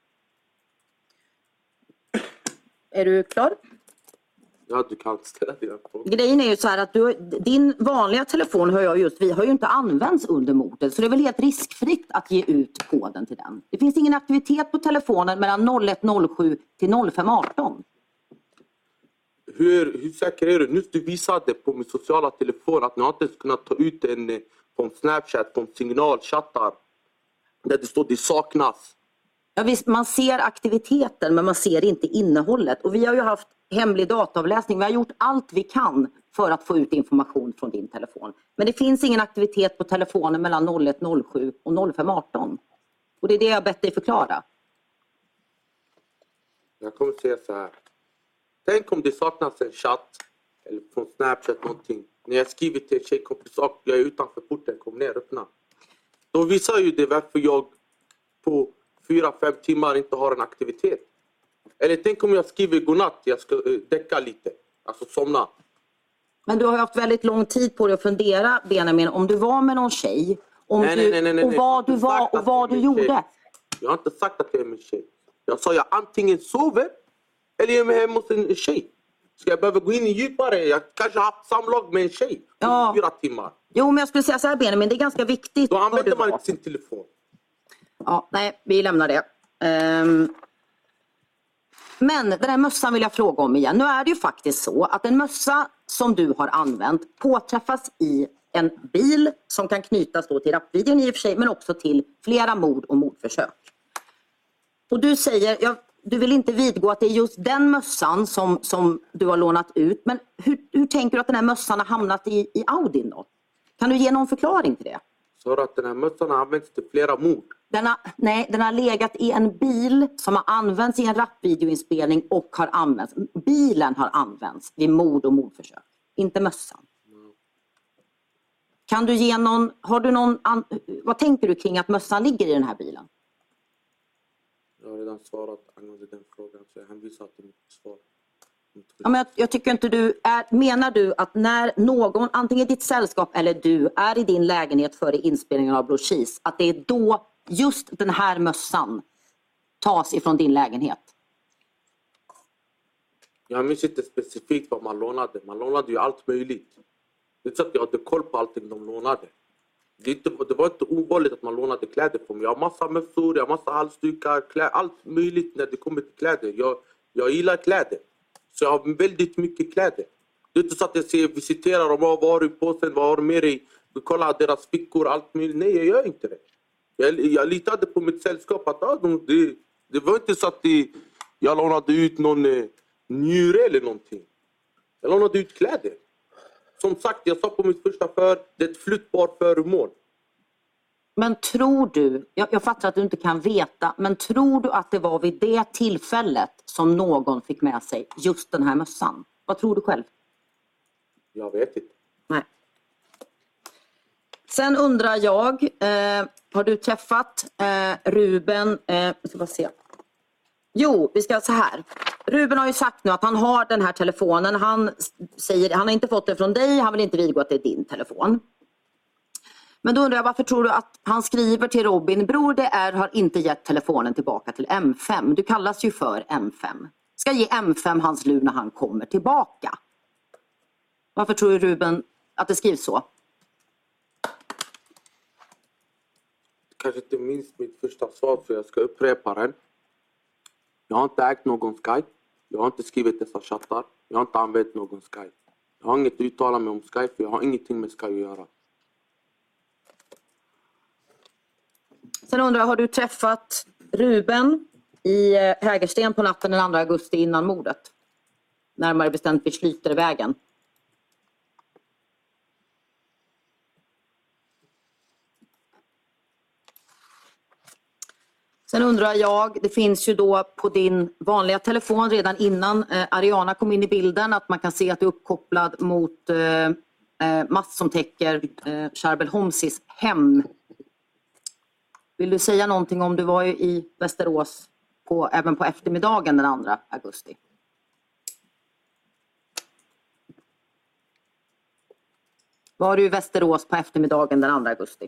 Är du klar? Ja, du kan ställa dina frågor. Grejen är ju så här att din vanliga telefon vi har ju inte använts under mordet. Så det är väl helt riskfritt att ge ut koden till den. Det finns ingen aktivitet på telefonen mellan 01.07 till 05.18. Hur säker är du? Nu du visade på min sociala telefon att ni inte ens kunnat ta ut en från Snapchat, från signalchattar. Där det står det saknas. Ja, visst, man ser aktiviteten men man ser inte innehållet. Och vi har ju haft hemlig dataavläsning. Vi har gjort allt vi kan för att få ut information från din telefon. Men det finns ingen aktivitet på telefonen mellan 01.07 och 05.18. Och det är det jag bett dig förklara. Jag kommer säga så här. Tänk om det saknas en chatt eller från Snapchat någonting. När jag skriver till en tjejkompis och jag är utanför porten, kom ner, öppna. Då visar ju det varför jag på 4-5 timmar inte har en aktivitet. Eller tänk om jag skriver godnatt, jag ska däcka lite. Alltså somna. Men du har haft väldigt lång tid på dig att fundera, Benjamin, om du var med någon tjej. Nej. Och vad du var och vad du gjorde. Tjej. Jag har inte sagt att jag är med tjej. Jag sa jag antingen sover eller jag är med hemma hos en tjej. Ska jag behöva gå in djupare? Jag kanske har haft samlag med en tjej. Ja. 4 timmar. Jo, men jag skulle säga så här, Benjamin, det är ganska viktigt. Då använder man inte sin telefon. Ja, nej, vi lämnar det. Men den här mössan vill jag fråga om igen. Nu är det ju faktiskt så att en mössa som du har använt påträffas i en bil som kan knytas då till rapvideon i och för sig, men också till flera mord och mordförsök. Och du säger, du vill inte vidgå att det är just den mössan som du har lånat ut. Men hur tänker du att den här mössan har hamnat i Audin då? Kan du ge någon förklaring till det? Så att den här mössan har använts till flera mord? Den har legat i en bil som har använts i en rapvideoinspelning och har använts. Bilen har använts vid mord och mordförsök. Inte mössan. Kan du ge vad tänker du kring att mössan ligger i den här bilen? Jag har redan svarat angående den frågan så jag hänvisar till mitt svar. Ja, men jag tycker inte menar du att när någon, antingen ditt sällskap eller du, är i din lägenhet före inspelningen av Blue Cheese, att det är då just den här mössan tas ifrån din lägenhet? Jag minns inte specifikt vad man lånade. Man lånade ju allt möjligt. Det är så att jag hade koll på allting de lånade. Det var inte ovanligt att man lånade kläder på mig. Jag har massa mössor, jag har massa halsdukar, allt möjligt när det kommer till kläder. Jag gillar kläder. Så jag har väldigt mycket kläder. Det är inte så att jag visiterar dem. Vad har du på sig? Vad har du med dig? Du kollar deras fickor, allt möjligt. Nej, jag gör inte det. Jag litade på mitt sällskap. Att, det var inte så att jag lånade ut någon njure eller någonting. Jag lånade ut kläder. Som sagt, jag sa på mitt första det är ett flyttbart föremål. Men tror du, jag fattar att du inte kan veta, men tror du att det var vid det tillfället som någon fick med sig just den här mössan? Vad tror du själv? Jag vet inte. Nej. Sen undrar jag, har du träffat Ruben? Vi ska bara se. Jo, vi ska så här. Ruben har ju sagt nu att han har den här telefonen. Han har inte fått den från dig, han vill inte vidgå att det är din telefon. Men då undrar jag, varför tror du att han skriver till Robin, bror har inte gett telefonen tillbaka till M5. Du kallas ju för M5. Ska ge M5 hans lur när han kommer tillbaka. Varför tror du Ruben att det skrivs så? Kanske inte minst mitt första svar, så jag ska upprepa den. Jag har inte ägt någon Skype. Jag har inte skrivit dessa chattar. Jag har inte använt någon Skype. Jag har inget uttala mig om Skype, för jag har ingenting med Skype att göra. Sen undrar jag, har du träffat Ruben i Hägersten på natten den 2 augusti innan mordet? Närmare bestämt vid Schlytervägen. Sen undrar jag, det finns ju då på din vanliga telefon redan innan Ariana kom in i bilden att man kan se att det är uppkopplad mot mast som täcker Charbel Homsis hem. Vill du säga någonting om, du var ju i Västerås även på eftermiddagen den 2 augusti? Var du i Västerås på eftermiddagen den 2 augusti?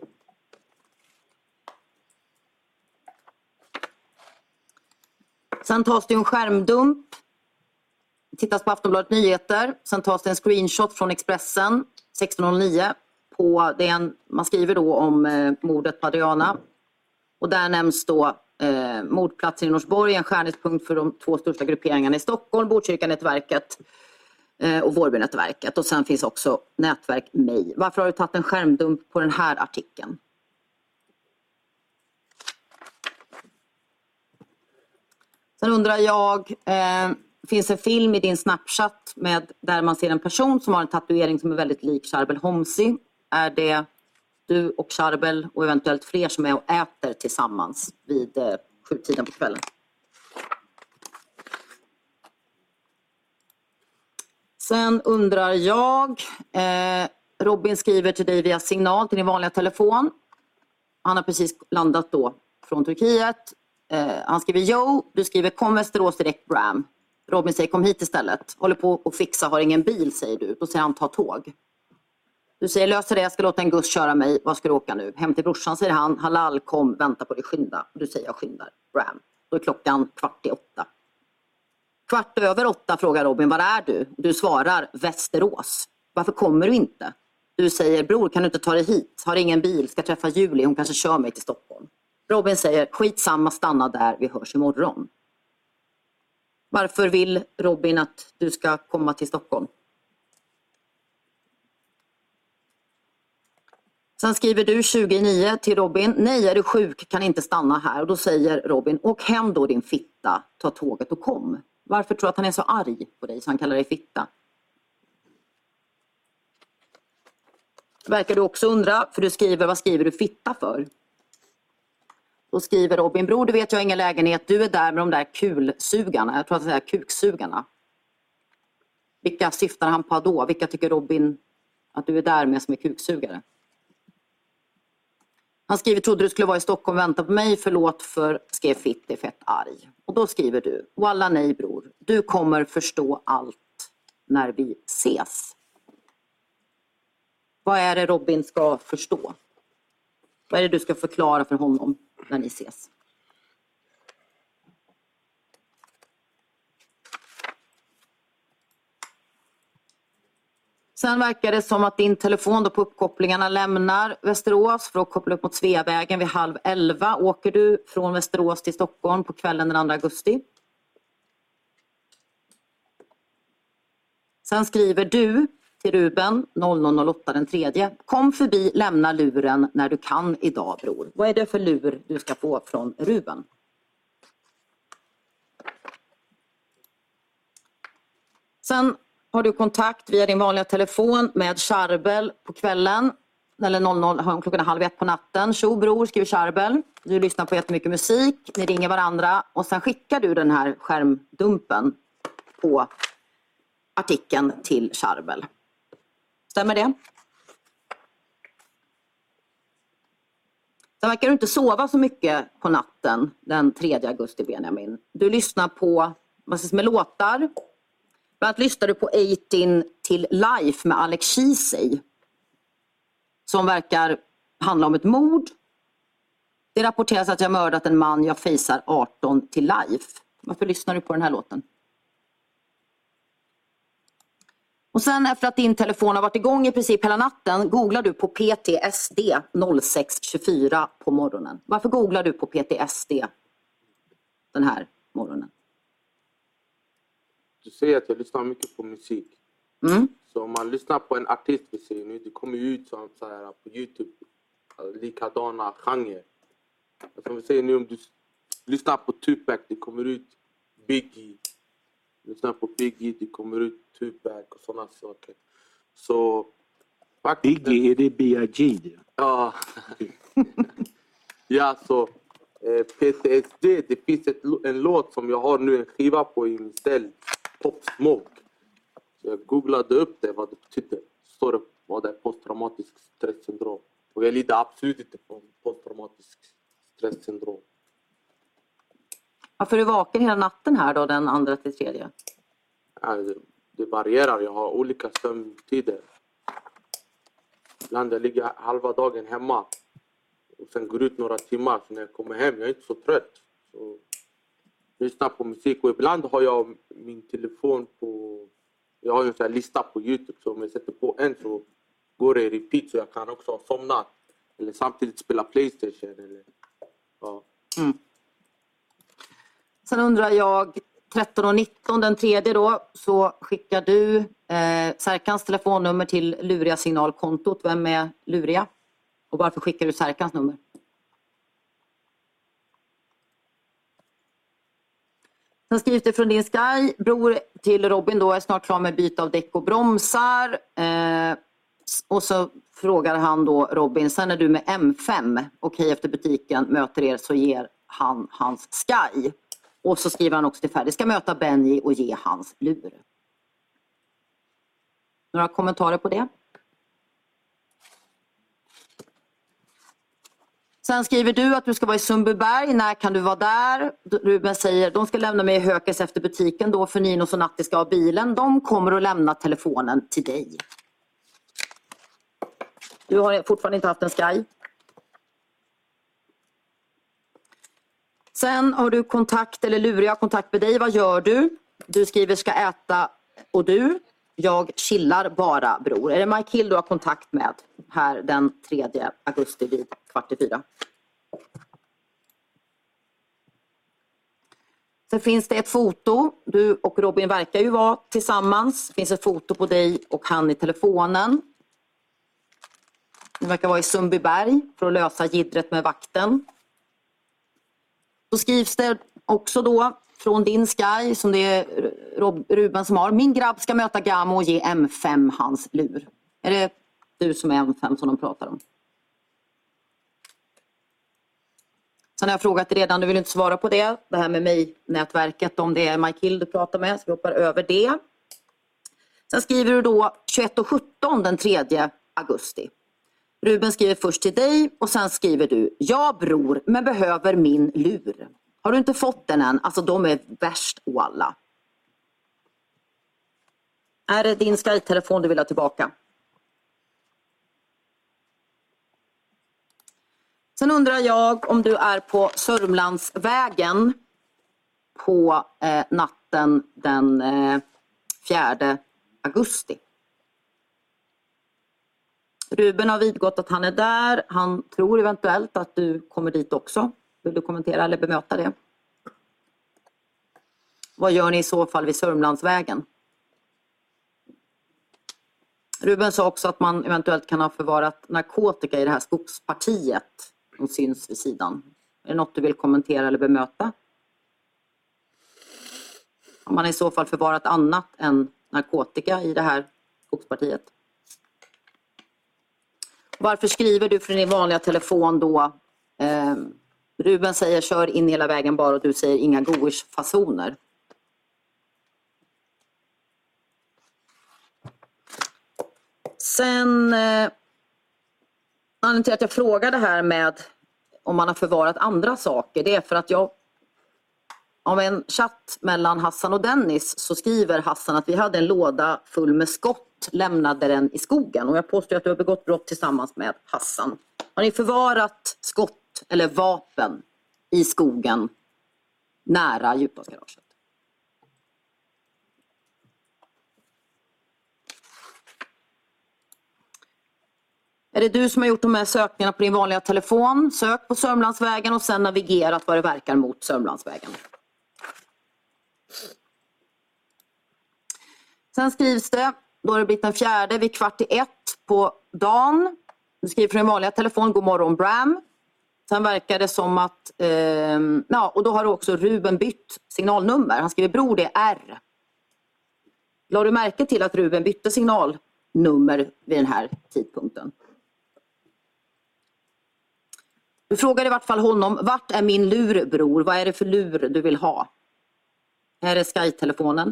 Sen tas det en skärmdump. Tittas på Aftonbladet Nyheter. Sen tas det en screenshot från Expressen 16:09. Man skriver då om mordet på Adriana. Och där nämns då mordplatsen i Norsborg, en skärningspunkt för de 2 största grupperingarna i Stockholm, Botkyrkanätverket och Vårbynätverket. Och sen finns också nätverk Mig. Varför har du tagit en skärmdump på den här artikeln? Sen undrar jag, finns en film i din Snapchat där man ser en person som har en tatuering som är väldigt lik Charbel Homsi. Är det du och Charbel och eventuellt fler som är och äter tillsammans vid 7-tiden på kvällen? Sen undrar jag, Robin skriver till dig via signal till din vanliga telefon. Han har precis landat då från Turkiet. Han skriver jo, du skriver kom Västerås direkt Bram. Robin säger kom hit istället. Håller på att fixa, har ingen bil säger du. Då säger han ta tåg. Du säger löser det, jag ska låta en guss köra mig. Vad ska du åka nu? Hem till brorsan säger han. Halal kom, vänta på dig, skynda. Du säger jag skyndar. Bram. Då är klockan 7:45. 7:15 frågar Robin, var är du? Du svarar Västerås. Varför kommer du inte? Du säger bror kan du inte ta dig hit? Har ingen bil, ska träffa Julie, hon kanske kör mig till Stockholm. Robin säger skitsamma, stanna där, vi hörs imorgon. Varför vill Robin att du ska komma till Stockholm? Sen skriver du 20:09 till Robin. Nej, är du sjuk, kan inte stanna här. Och då säger Robin, åk hem då din fitta, ta tåget och kom. Varför tror du att han är så arg på dig så han kallar dig fitta? Verkar du också undra, för du skriver, vad skriver du fitta för? Då skriver Robin, bror du vet jag har ingen lägenhet, du är där med de där kulsugarna, jag tror att det är kuksugarna. Vilka syftar han på då? Vilka tycker Robin att du är där med som är kuksugare? Han skriver, trodde du skulle vara i Stockholm och vänta på mig, förlåt för skrev fitt, är fett arg. Och då skriver du, walla nej bror, du kommer förstå allt när vi ses. Vad är det Robin ska förstå? Vad är det du ska förklara för honom när ni ses? Sen verkar det som att din telefon då på uppkopplingarna lämnar Västerås för att koppla upp mot Sveavägen vid 10:30. Åker du från Västerås till Stockholm på kvällen den 2 augusti. Sen skriver du till Ruben 00:08 den 3. Kom förbi, lämna luren när du kan idag bror. Vad är det för lur du ska få från Ruben? Sen har du kontakt via din vanliga telefon med Charbel på kvällen. Eller klockan 12:30 på natten. Tjo bror, skriver Charbel. Du lyssnar på jättemycket musik. Ni ringer varandra. Och sen skickar du den här skärmdumpen på artikeln till Charbel. Stämmer det? Sen verkar du inte sova så mycket på natten den 3 augusti, Benjamin. Du lyssnar på massvis med låtar. Bland annat lyssnar du på 18 till Life med Alex Sheezy. Som verkar handla om ett mord. Det rapporteras att jag mördat en man, jag facear 18 till Life. Varför lyssnar du på den här låten? Och sen efter att din telefon har varit igång i princip hela natten googlar du på PTSD 06:24 på morgonen. Varför googlar du på PTSD den här morgonen? Du säger att jag lyssnar mycket på musik. Mm. Så om man lyssnar på en artist, vi säger nu, det kommer ju ut så här på YouTube, likadana genrer. Som vi säger nu, om du lyssnar på Tupac, det kommer ut Biggie. Lyssnar på Biggie, det kommer ut Tupac och sådana saker. Så faktiskt... Biggie, är det B.I.G? Ja. Ja, så PTSD, det finns en låt som jag har nu en skiva på i min ställ, Pop Smoke. Så jag googlade upp det, vad det betyder. Så står det vad det är posttraumatiskt stresssyndrom. Och jag lider absolut inte från posttraumatiskt stresssyndrom. Varför är du vaken hela natten här då, den 2-3? Ja, det varierar, jag har olika sömntider. Ibland jag ligger halva dagen hemma. Och sen går ut några timmar, så när jag kommer hem, jag är inte så trött. Så jag lyssnar på musik och ibland har jag min telefon på... Jag har en sån här lista på YouTube, så om jag sätter på en så går det i repeat, så jag kan också ha somnat. Eller samtidigt spela Playstation. Eller, ja. Mm. Sen undrar jag, 13:19 den 3 då, så skickar du Serkans telefonnummer till Luria signalkontot. Vem är Luria? Och varför skickar du Serkans nummer? Sen skrivs det från din Sky. Bror till Robin då är snart klar med byte av däck och bromsar. Och så frågar han då Robin, sen är du med M5. Okej, efter butiken möter er så ger han hans Sky. Och så skriver han också till färdig. Ska möta Benji och ge hans lur. Några kommentarer på det? Sen skriver du att du ska vara i Sundbyberg. När kan du vara där? Ruben säger de ska lämna mig i Hökes efter butiken då, för Ninos och Natti ska ha bilen. De kommer att lämna telefonen till dig. Du har fortfarande inte haft en Sky. Sen har du kontakt, eller Luria har kontakt med dig. Vad gör du? Du skriver ska äta och du. Jag chillar bara, bror. Är det Mike Hill du har kontakt med här den 3 augusti vid 3:15? Sen finns det ett foto. Du och Robin verkar ju vara tillsammans. Det finns ett foto på dig och han i telefonen. Ni verkar vara i Sundbyberg för att lösa jiddret med vakten. Så skrivs det också då från din Sky, som det är Ruben som har. Min grabb ska möta Gamo och ge M5 hans lur. Är det du som är M5 som de pratar om? Sen har jag frågat redan, du vill inte svara på det. Det här med mig-nätverket, om det är Mike Hill du pratar med. Så vi hoppar över det. Sen skriver du då 21:17 den 3 augusti. Ruben skriver först till dig och sen skriver du: ja bror, men behöver min lur. Har du inte fått den än? Alltså de är värst alla. Är det din Sky-telefon du vill ha tillbaka? Sen undrar jag om du är på Sörmlandsvägen på natten den 4 augusti. Ruben har vidgått att han är där. Han tror eventuellt att du kommer dit också. Vill du kommentera eller bemöta det? Vad gör ni i så fall vid Sörmlandsvägen? Ruben sa också att man eventuellt kan ha förvarat narkotika i det här skogspartiet som syns vid sidan. Är det något du vill kommentera eller bemöta? Om man i så fall förvarat annat än narkotika i det här skogspartiet. Varför skriver du från din vanliga telefon då? Ruben säger kör in hela vägen bara och du säger inga godisfasoner. Sen anledningen till att jag frågar det här med om man har förvarat andra saker, det är för att jag av en chatt mellan Hassan och Dennis så skriver Hassan att vi hade en låda full med skott, lämnade den i skogen. Och jag påstår att du har begått brott tillsammans med Hassan. Har ni förvarat skott eller vapen i skogen nära djuphavsgaraget? Är det du som har gjort de här sökningarna på din vanliga telefon? Sök på Sörmlandsvägen och sen navigerat vad det verkar mot Sörmlandsvägen. Sen skrivs det, då har det blivit den 4 vid 12:45 på dagen. Du skriver från din vanliga telefon, god morgon Bram. Sen verkar det som att, och då har du också Ruben bytt signalnummer. Han skriver bror det är R. Lade du märke till att Ruben bytte signalnummer vid den här tidpunkten? Du frågar i vart fall honom, vart är min lur bror? Vad är det för lur du vill ha? Här är Sky-telefonen.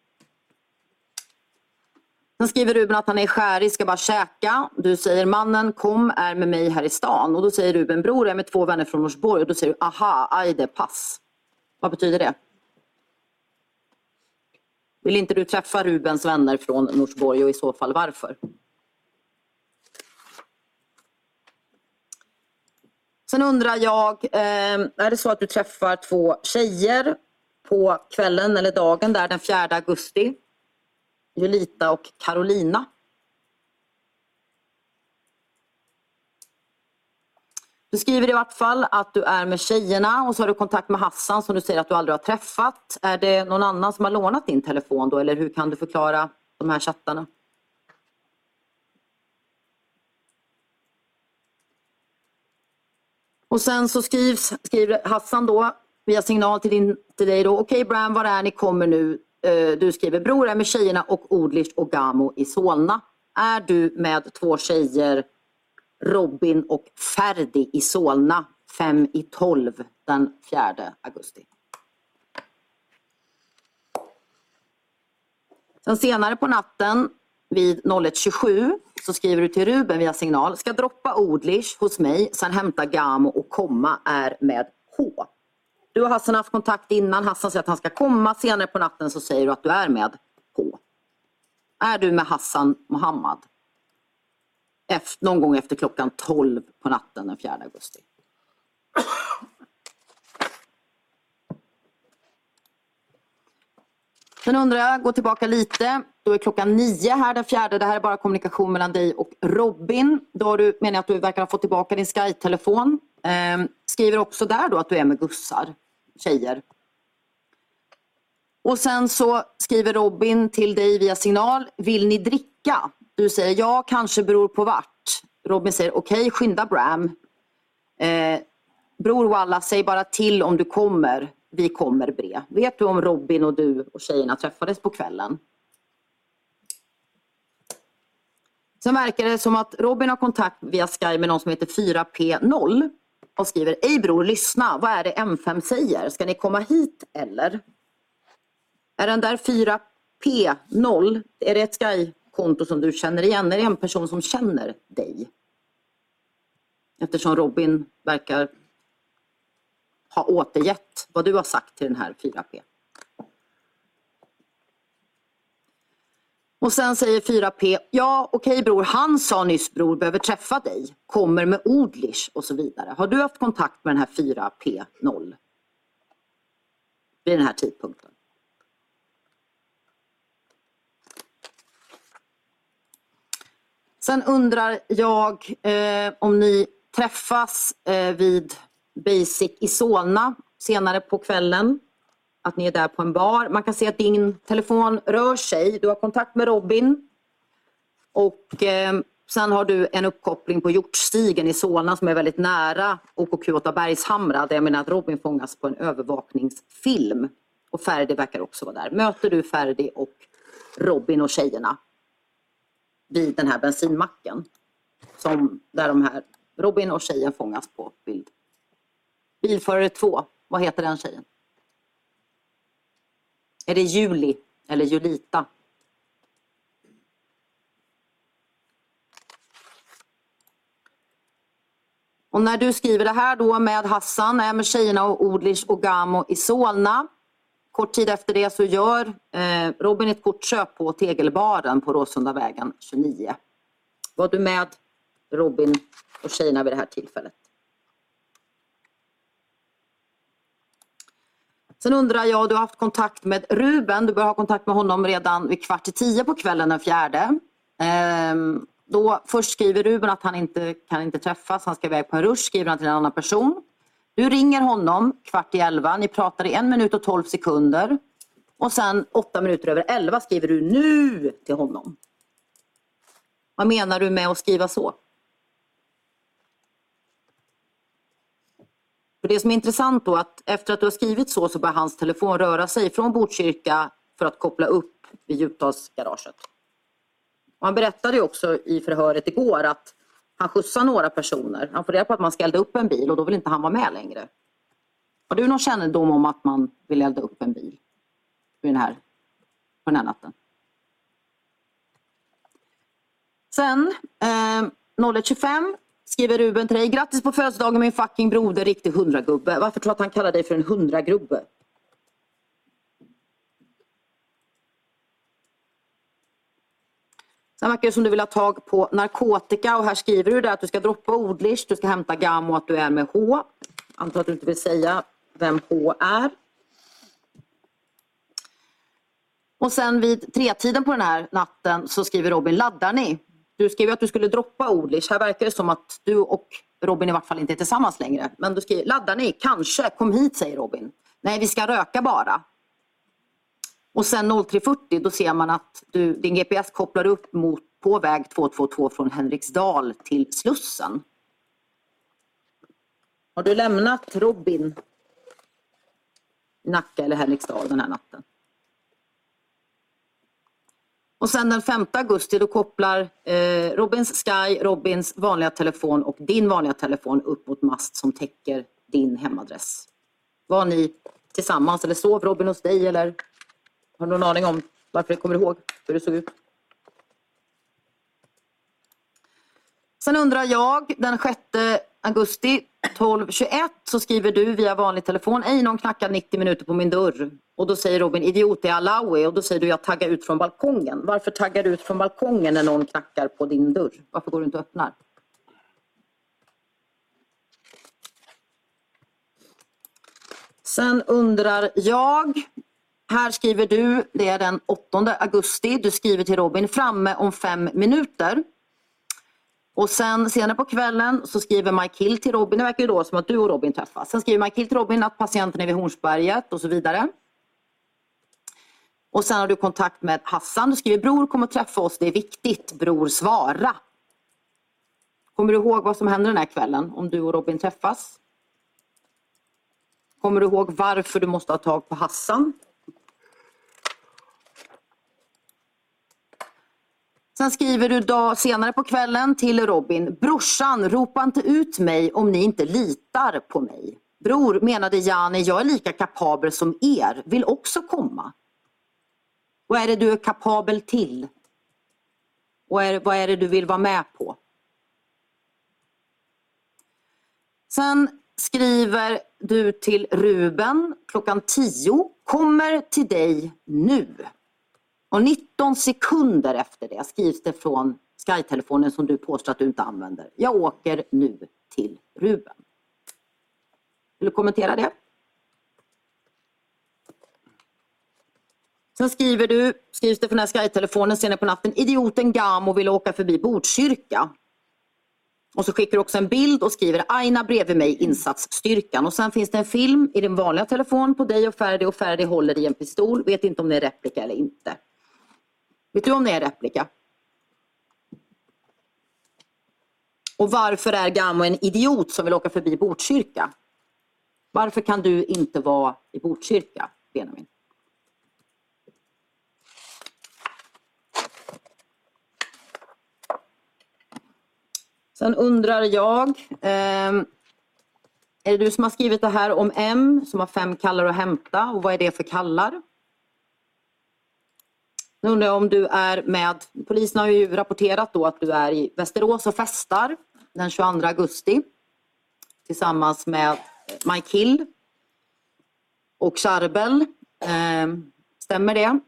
Sen skriver Ruben att han är skärig, ska bara käka. Du säger mannen kom är med mig här i stan. Och då säger Ruben bror är med 2 vänner från Norsborg. Och då säger du aha, aj det pass. Vad betyder det? Vill inte du träffa Rubens vänner från Norsborg och i så fall varför? Sen undrar jag, är det så att du träffar 2 tjejer på kvällen eller dagen där den 4 augusti? Julita och Carolina. Du skriver i vart fall att du är med tjejerna och så har du kontakt med Hassan som du säger att du aldrig har träffat. Är det någon annan som har lånat din telefon då eller hur kan du förklara de här chattarna? Och sen så skriver Hassan då via signal till dig då. Okej Bram, var är ni kommer nu? Du skriver bror är med tjejerna och Odlish och Gamo i Solna. Är du med 2 tjejer Robin och Ferdi i Solna 5:12 den 4 augusti. Sen senare på natten vid 01:27 så skriver du till Ruben via signal. Ska droppa Odlish hos mig, sen hämta Gamo och komma är med H. Du och Hassan har haft kontakt innan. Hassan säger att han ska komma. Senare på natten så säger du att du är med H. Är du med Hassan Mohammad? Någon gång efter klockan 12 på natten den 4 augusti. Sen undrar jag, gå tillbaka lite. Då är klockan 9 här den 4. Det här är bara kommunikation mellan dig och Robin. Då har du, menar jag att du verkar ha fått tillbaka din Sky-telefon. Skriver också där då att du är med gussar, tjejer. Och sen så skriver Robin till dig via signal. Vill ni dricka? Du säger ja, kanske beror på vart. Robin säger okej, skynda Bram. Bror Walla, säg bara till om du kommer. Vi kommer bre. Vet du om Robin och du och tjejerna träffades på kvällen? Sen verkar det som att Robin har kontakt via Sky med någon som heter 4P0 och skriver ej bror, lyssna, vad är det M5 säger? Ska ni komma hit eller? Är den där 4P0, är det ett Sky-konto som du känner igen? Är det en person som känner dig? Eftersom Robin verkar ha återgett vad du har sagt till den här 4P. Och sen säger 4P, ja okej bror, han sa nyss bror behöver träffa dig, kommer med Odlish och så vidare. Har du haft kontakt med den här 4P0 vid den här tidpunkten? Sen undrar jag om ni träffas vid Basic i Solna senare på kvällen. Att ni är där på en bar. Man kan se att din telefon rör sig. Du har kontakt med Robin. Och sen har du en uppkoppling på Hjortstigen i Solna som är väldigt nära OKQ8 Bergshamra. Där jag menar att Robin fångas på en övervakningsfilm. Och Ferdi verkar också vara där. Möter du Ferdi och Robin och tjejerna vid den här bensinmacken? Där de här Robin och tjejen fångas på bild. Bilförare 2. Vad heter den tjejen? Är det Juli eller Julita? Och när du skriver det här då med Hassan, är med tjejerna och Odlish och Gamo i Solna. kort tid efter det så gör Robin ett kortköp på Tegelbaren på Råsundavägen 29. Var du med Robin och tjejerna vid det här tillfället? Sen undrar jag, du har haft kontakt med Ruben. Du bör ha kontakt med honom redan vid 9:15 på kvällen den 4. Då först skriver Ruben att han inte kan träffas. Han ska iväg på en rush, skriver han till en annan person. Du ringer honom 10:15. Ni pratar i 1 minut och 12 sekunder. Och sen 8 minuter över 11 skriver du nu till honom. Vad menar du med att skriva så? För det som är intressant då, att efter att du har skrivit så börjar hans telefon röra sig från Botkyrka för att koppla upp vid Djupdalsgaraget. Och han berättade ju också i förhöret igår att han skjutsar några personer. Han får reda på att man ska elda upp en bil och då vill inte han vara med längre. Har du någon kännedom om att man vill elda upp en bil på den här natten? Sen 01:25 skriver Ruben till dig: grattis på födelsedagen min fucking broder, riktig 100-gubbe. Varför tror du att han kallar dig för en 100-gubbe? Sen verkar det som du vill ha tag på narkotika och här skriver du där att du ska droppa Odlish, du ska hämta Gam och att du är med H. Antar att du inte vill säga vem H är. Och sen vid 3-tiden på den här natten så skriver Robin: laddar ni? Du skrev att du skulle droppa Odlish. Här verkar det som att du och Robin i vart fall inte är tillsammans längre. Men du skriver: laddar ni? Kanske. Kom hit, säger Robin. Nej, vi ska röka bara. Och sen 03:40 då ser man att din GPS kopplar upp på väg 222 från Henriksdal till Slussen. Har du lämnat Robin i Nacka eller Henriksdal den här natten? Och sen den 5 augusti då kopplar Robins Sky, Robins vanliga telefon och din vanliga telefon upp mot mast som täcker din hemadress. Var ni tillsammans eller sov Robin hos dig, eller har du någon aning om varför du kommer ihåg hur det såg ut? Sen undrar jag, den 6 augusti 12:21 så skriver du via vanlig telefon: ej, någon knackar 90 minuter på min dörr. Och då säger Robin: idiot, det är Alawi. Och då säger du: jag taggar ut från balkongen. Varför taggar du ut från balkongen när någon knackar på din dörr? Varför går du inte och öppnar? Sen undrar jag, här skriver du, det är den 8 augusti, du skriver till Robin: framme om 5 minuter. Och sen senare på kvällen så skriver Mike Hill till Robin, det verkar ju då som att du och Robin träffas. Sen skriver Mike Hill till Robin att patienten är vid Hornsberget och så vidare. Och sen har du kontakt med Hassan, du skriver: bror, kom och träffa oss, det är viktigt, bror, svara. Kommer du ihåg vad som händer den här kvällen om du och Robin träffas? Kommer du ihåg varför du måste ha tag på Hassan? Sen skriver du då senare på kvällen till Robin: brorsan, ropa inte ut mig om ni inte litar på mig. Bror, menade Jani, jag är lika kapabel som er, vill också komma. Vad är det du är kapabel till? Och vad är det du vill vara med på? Sen skriver du till Ruben klockan 10, kommer till dig nu. Och 19 sekunder efter det skrivs det från Sky-telefonen som du påstår att du inte använder: jag åker nu till Ruben. Vill du kommentera det? Sen skrivs det från den här Sky-telefonen senare på natten: idioten Gamo ville åka förbi Botkyrka. Och så skickar du också en bild och skriver: Aina bredvid mig, insatsstyrkan. Och sen finns det en film i din vanliga telefon på dig och Ferdi håller i en pistol. Vet inte om det är replika eller inte. Vet du om det är replika? Och varför är Gamo en idiot som vill åka förbi Botkyrka? Varför kan du inte vara i Botkyrka, Benjamin? Sen undrar jag, är det du som har skrivit det här om M som har 5 kallar att hämta, och vad är det för kallar? Nu undrar jag om du är med, polisen har ju rapporterat då att du är i Västerås och festar den 22 augusti tillsammans med Mike Hill och Charbel Stämmer det?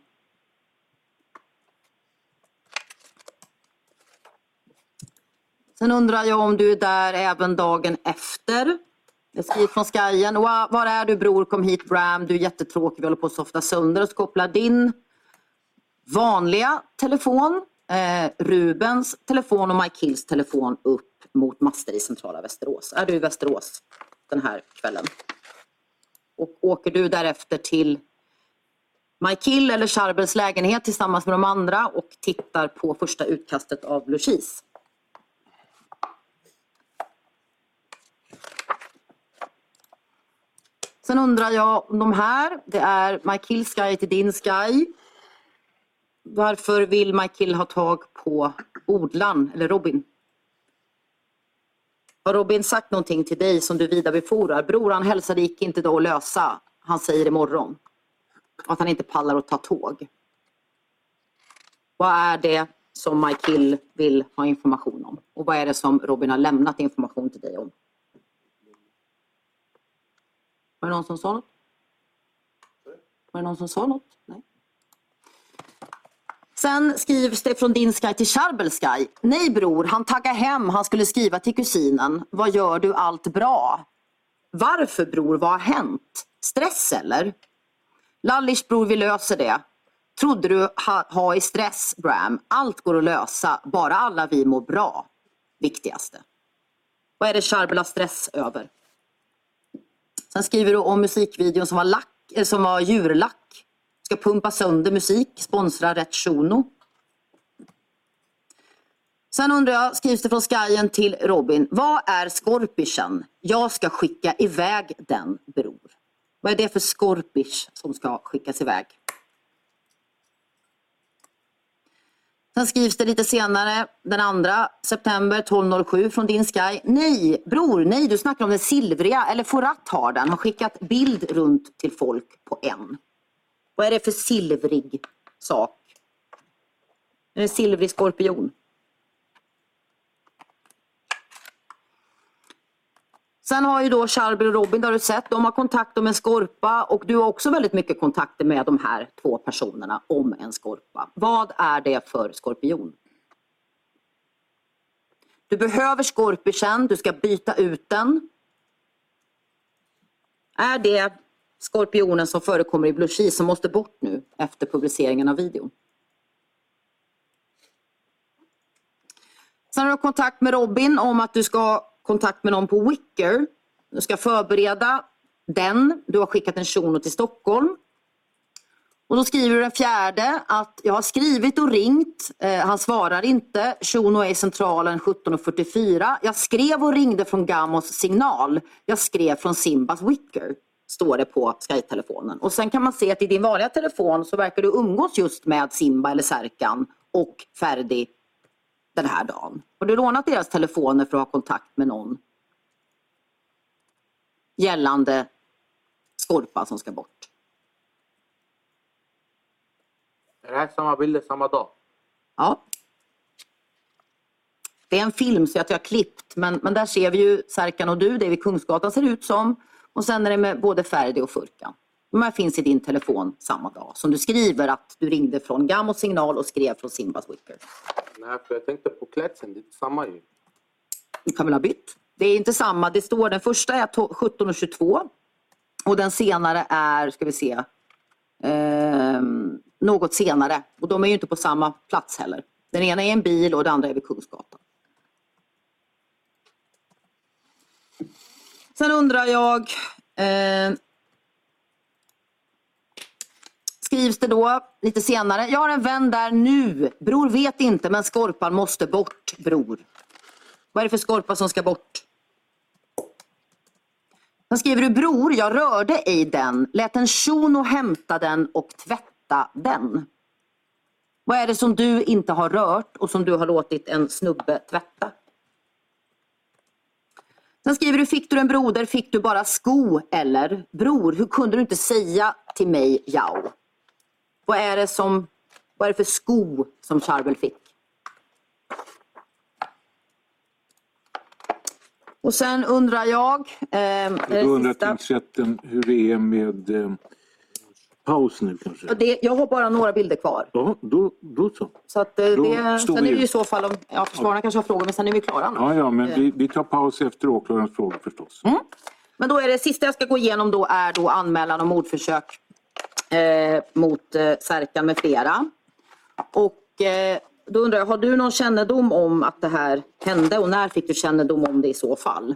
Sen undrar jag om du är där även dagen efter. Jag skriver från Skajen. Var är du bror? Kom hit Bram. Du är jättetråkig. Vi håller på att softa sönder. Och så kopplar din vanliga telefon, Rubens telefon och Mike Hills telefon upp mot master i centrala Västerås. Är du i Västerås den här kvällen? Och åker du därefter till Mike Hill eller Charbels lägenhet tillsammans med de andra och tittar på första utkastet av Blue Cheese. Sen undrar jag om de här, det är Mike Hill Sky till din Sky. Varför vill Mike Hill ha tag på odlaren eller Robin? Har Robin sagt någonting till dig som du vidarebefordrar? Bror, han hälsade gick inte då att lösa. Han säger imorgon. Att han inte pallar att ta tåg. Vad är det som Mike Hill vill ha information om? Och vad är det som Robin har lämnat information till dig om? Var det någon som sa något? Var det någon som sa något? Nej. Sen skrivs det från din Sky till Charbel Sky. Nej bror, han taggar hem. Han skulle skriva till kusinen. Vad gör du? Allt bra? Varför bror? Vad har hänt? Stress eller? Lallish bror, vi löser det. Trodde du ha i stress, Bram? Allt går att lösa. Bara alla vi mår bra. Viktigaste. Vad är det Charbel har stress över? Sen skriver du om musikvideon som var djurlack. Ska pumpa sönder musik. Sponsra rätt shuno. Sen undrar jag, skrivs det från Skajen till Robin. Vad är skorpischen? Jag ska skicka iväg den, bror. Vad är det för skorpisch som ska skickas iväg? Sen skrivs det lite senare, den 2 september 12.07 från din Sky. Nej, bror, nej, du snackar om den silvriga. Eller Forat har den. Har skickat bild runt till folk på en. Vad är det för silvrig sak? Är det en silvrig skorpion? Sen har ju då Charbel och Robin, där du sett, de har kontakt om en skorpa och du har också väldigt mycket kontakter med de här två personerna om en skorpa. Vad är det för skorpion? Du behöver skorpischen, du ska byta ut den. Är det skorpionen som förekommer i Blue Cheese som måste bort nu efter publiceringen av videon? Sen har du kontakt med Robin om att du ska ha kontakt med någon på Wicker. Du ska förbereda den. Du har skickat en shuno till Stockholm. Och då skriver du den 4 att jag har skrivit och ringt. Han svarar inte. Shuno är i centralen 17.44. Jag skrev och ringde från Gamos signal. Jag skrev från Simbas Wicker. Står det på Sky-telefonen. Och sen kan man se att i din vanliga telefon så verkar du umgås just med Simba eller Serkan och Ferdi den här dagen. Har du lånat deras telefoner för att ha kontakt med någon gällande skorpa som ska bort? Är det här samma bilder samma dag? Ja. Det är en film så att jag har klippt. Men där ser vi ju Serkan och du. Det är vid Kungsgatan ser ut som. Och sen är det med både Ferdi och Furkan. De här finns i din telefon samma dag. Som du skriver att du ringde från Gamos signal och skrev från Simbas Wicker. Nej, för jag tänkte på klädseln. Det är inte samma ju. Du kan väl ha bytt. Det är inte samma. Det står den första är 17.22. Och den senare är, ska vi se, något senare. Och de är ju inte på samma plats heller. Den ena är en bil och den andra är vid Kungsgatan. Sen undrar jag, skrivs det då lite senare. Jag har en vän där nu. Bror vet inte men skorpan måste bort, bror. Vad är det för skorpa som ska bort? Sen skriver du bror, jag rörde ej den. Lät en shuno hämta den och tvätta den. Vad är det som du inte har rört och som du har låtit en snubbe tvätta? Sen skriver du, fick du en broder, fick du bara sko eller? Bror, hur kunde du inte säga till mig, Jao? Vad är det för sko som Charbel fick? Och sen undrar jag... Då undrar tingsrätten hur det är med paus nu kanske? Jag har bara några bilder kvar. Ja, då så. Så att sen är det ju i så fall om försvararna kanske har frågor, men sen är vi klara nu. Ja, men vi tar paus efter åklagarens frågor förstås. Men då är det sista jag ska gå igenom då är då anmälan om mordförsök mot Serkan med flera. Och då undrar jag, har du någon kännedom om att det här hände och när fick du kännedom om det i så fall?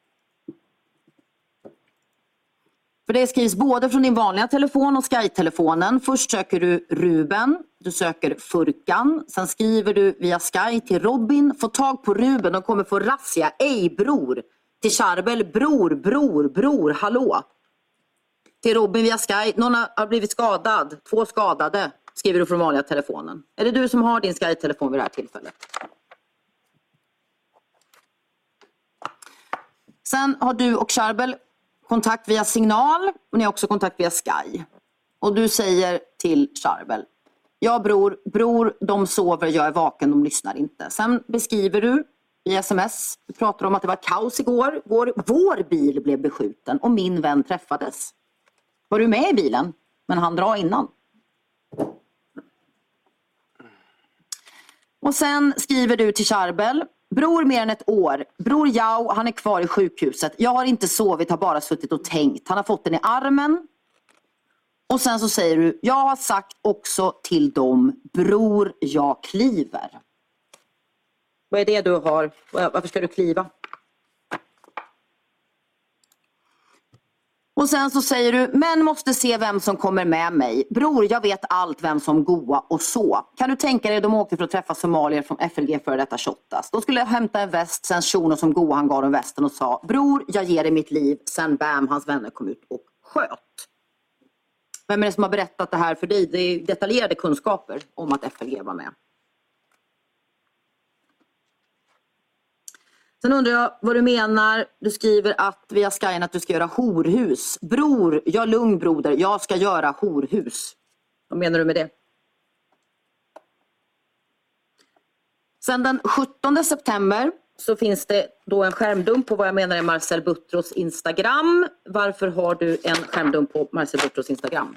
För det skrivs både från din vanliga telefon och Sky-telefonen. Först söker du Ruben, du söker Furkan. Sen skriver du via Sky till Robin. Få tag på Ruben, de kommer få razzia. Ej bror. Till Charbel, bror, hallå. Till Robin via Sky, någon har blivit skadad. 2 skadade, skriver du från vanliga telefonen. Är det du som har din Sky-telefon vid det här tillfället? Sen har du och Charbel kontakt via signal och ni har också kontakt via Sky. Och du säger till Charbel, ja bror, de sover, jag är vaken, de lyssnar inte. Sen beskriver du i sms, du pratar om att det var kaos igår. Vår bil blev beskjuten och min vän träffades. Var du med i bilen? Men han drar innan. Och sen skriver du till Charbel, bror mer än ett år. Bror Jao, han är kvar i sjukhuset. Jag har inte sovit, har bara suttit och tänkt. Han har fått den i armen. Och sen så säger du, jag har sagt också till dem, bror jag kliver. Vad är det du har? Varför ska du kliva? Och sen så säger du, men måste se vem som kommer med mig. Bror, jag vet allt vem som goa och så. Kan du tänka dig, de åkte för att träffa somalier från FLG för detta shottas. Då skulle jag hämta en väst, sen shuno som goa, han gav dem västen och sa, bror, jag ger dig mitt liv. Sen bam, hans vänner kom ut och sköt. Vem är det som har berättat det här för dig? Det är detaljerade kunskaper om att FLG var med. Sen undrar jag vad du menar. Du skriver att via Skyn att du ska göra horhus. Bror, jag lugn broder. Jag ska göra horhus. Vad menar du med det? Sen den 17 september så finns det då en skärmdump på vad jag menar är Marcel Butros Instagram. Varför har du en skärmdump på Marcel Butros Instagram?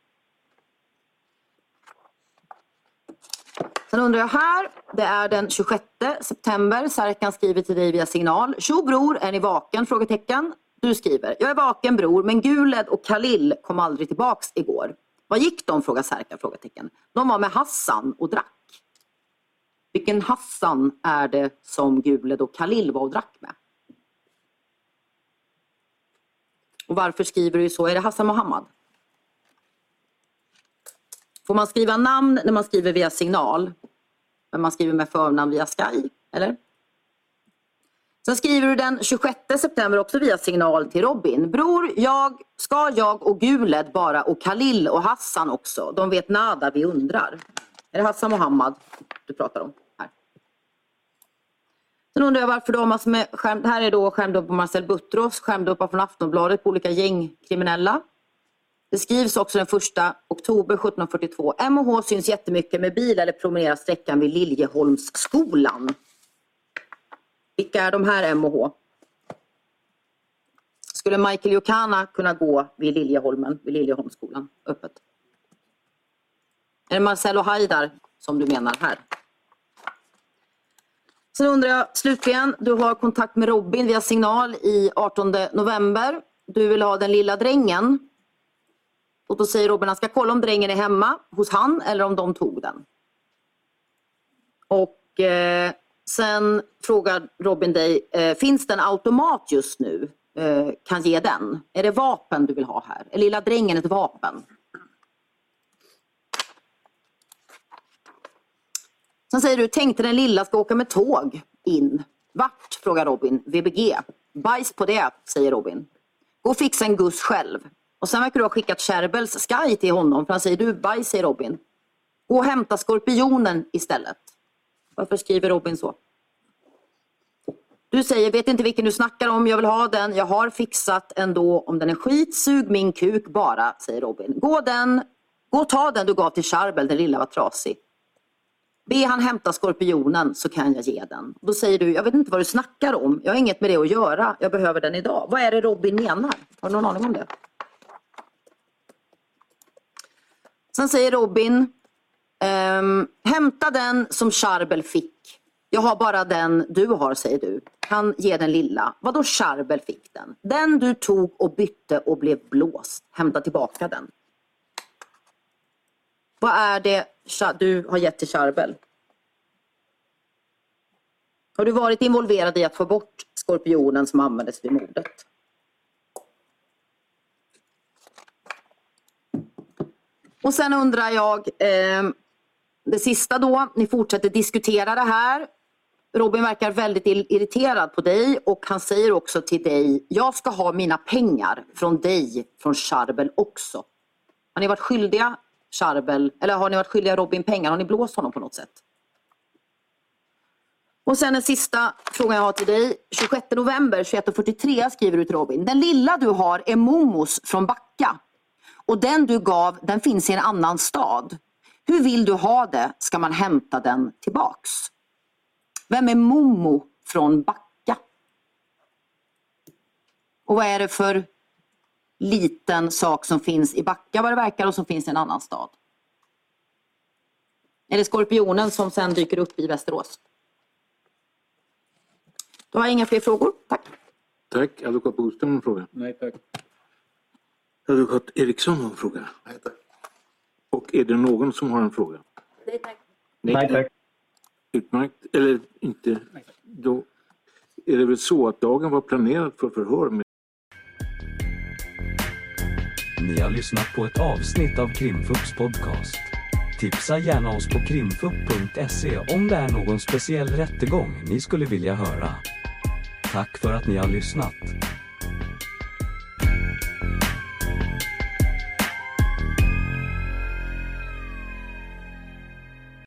Sen undrar jag här, det är den 26 september. Serkan skriver till dig via signal. Tjo bror, är ni vaken? Frågetecken. Du skriver, jag är vaken bror, men Guled och Khalil kom aldrig tillbaks igår. Vad gick de? Frågar Serkan. Frågetecken. De var med Hassan och drack. Vilken Hassan är det som Guled och Khalil var och drack med? Och varför skriver du så? Är det Hassan Mohammad? Får man skriva namn när man skriver via signal? Men man skriver med förnamn via Sky, eller? Sen skriver du den 26 september också via signal till Robin. Bror, jag och Guled bara och Khalil och Hassan också. De vet nada, vi undrar. Är det Hassan Mohammad du pratar om här? Sen undrar jag varför de har med skärm. Här är då skärmdump på Marcel Butros, skärmdumpar från Aftonbladet på olika gängkriminella. Det skrivs också den 1 oktober 1742. MH syns jättemycket med bil eller promenerar sträckan vid Liljeholmsskolan. Vilka är de här MH? Skulle Michael Jokana kunna gå vid Liljeholmsskolan öppet? Är det Marcelo Haidar som du menar här? Sen undrar jag slutligen, du har kontakt med Robin via signal i 18 november. Du vill ha den lilla drängen. Och då säger Robin att han ska kolla om drängen är hemma hos han eller om de tog den. Och sen frågar Robin dig, finns det en automat just nu? Kan ge den? Är det vapen du vill ha här? Är lilla drängen ett vapen? Sen säger du, tänkte den lilla ska åka med tåg in. Vart? Frågar Robin. VBG. Bajs på det, säger Robin. Gå och fixa en guss själv. Och sen verkar du ha skickat Cherbels Sky till honom. För han säger, du bajs, säger Robin. Gå och hämta skorpionen istället. Varför skriver Robin så? Du säger, vet inte vilken du snackar om, jag vill ha den. Jag har fixat ändå, om den är skit, sug min kuk bara, säger Robin. Gå och ta den du gav till Cherbel, den lilla var trasig. Be han hämta skorpionen så kan jag ge den. Då säger du, jag vet inte vad du snackar om. Jag har inget med det att göra, jag behöver den idag. Vad är det Robin menar? Har du någon aning om det? Sen säger Robin, hämta den som Charbel fick. Jag har bara den du har, säger du. Han ger den lilla. Vadå Charbel fick den? Den du tog och bytte och blev blåst. Hämta tillbaka den. Vad är det du har gett till Charbel? Har du varit involverad i att få bort skorpionen som användes vid mordet? Och sen undrar jag, det sista då, ni fortsätter diskutera det här. Robin verkar väldigt irriterad på dig och han säger också till dig, jag ska ha mina pengar från dig, från Charbel också. Har ni varit skyldiga Charbel, eller har ni varit skyldiga Robin pengar? Har ni blåst honom på något sätt? Och sen den sista frågan jag har till dig. 26 november 21:43 skriver du till Robin. Den lilla du har är Momos från Backa. Och den du gav, den finns i en annan stad. Hur vill du ha det? Ska man hämta den tillbaks? Vem är Momo från Backa? Och vad är det för liten sak som finns i Backa, vad det verkar, och som finns i en annan stad? Är det skorpionen som sen dyker upp i Västerås? Då har jag inga fler frågor. Tack. Tack. Advokat Boström har en fråga. Nej tack. Advokat Eriksson har en fråga. Nej, tack. Och är det någon som har en fråga? Nej, tack. Nej tack. Utmärkt. Eller inte. Då är det väl så att dagen var planerad för förhör med... Ni har lyssnat på ett avsnitt av Krimfupps podcast. Tipsa gärna oss på krimfupp.se om det är någon speciell rättegång ni skulle vilja höra. Tack för att ni har lyssnat.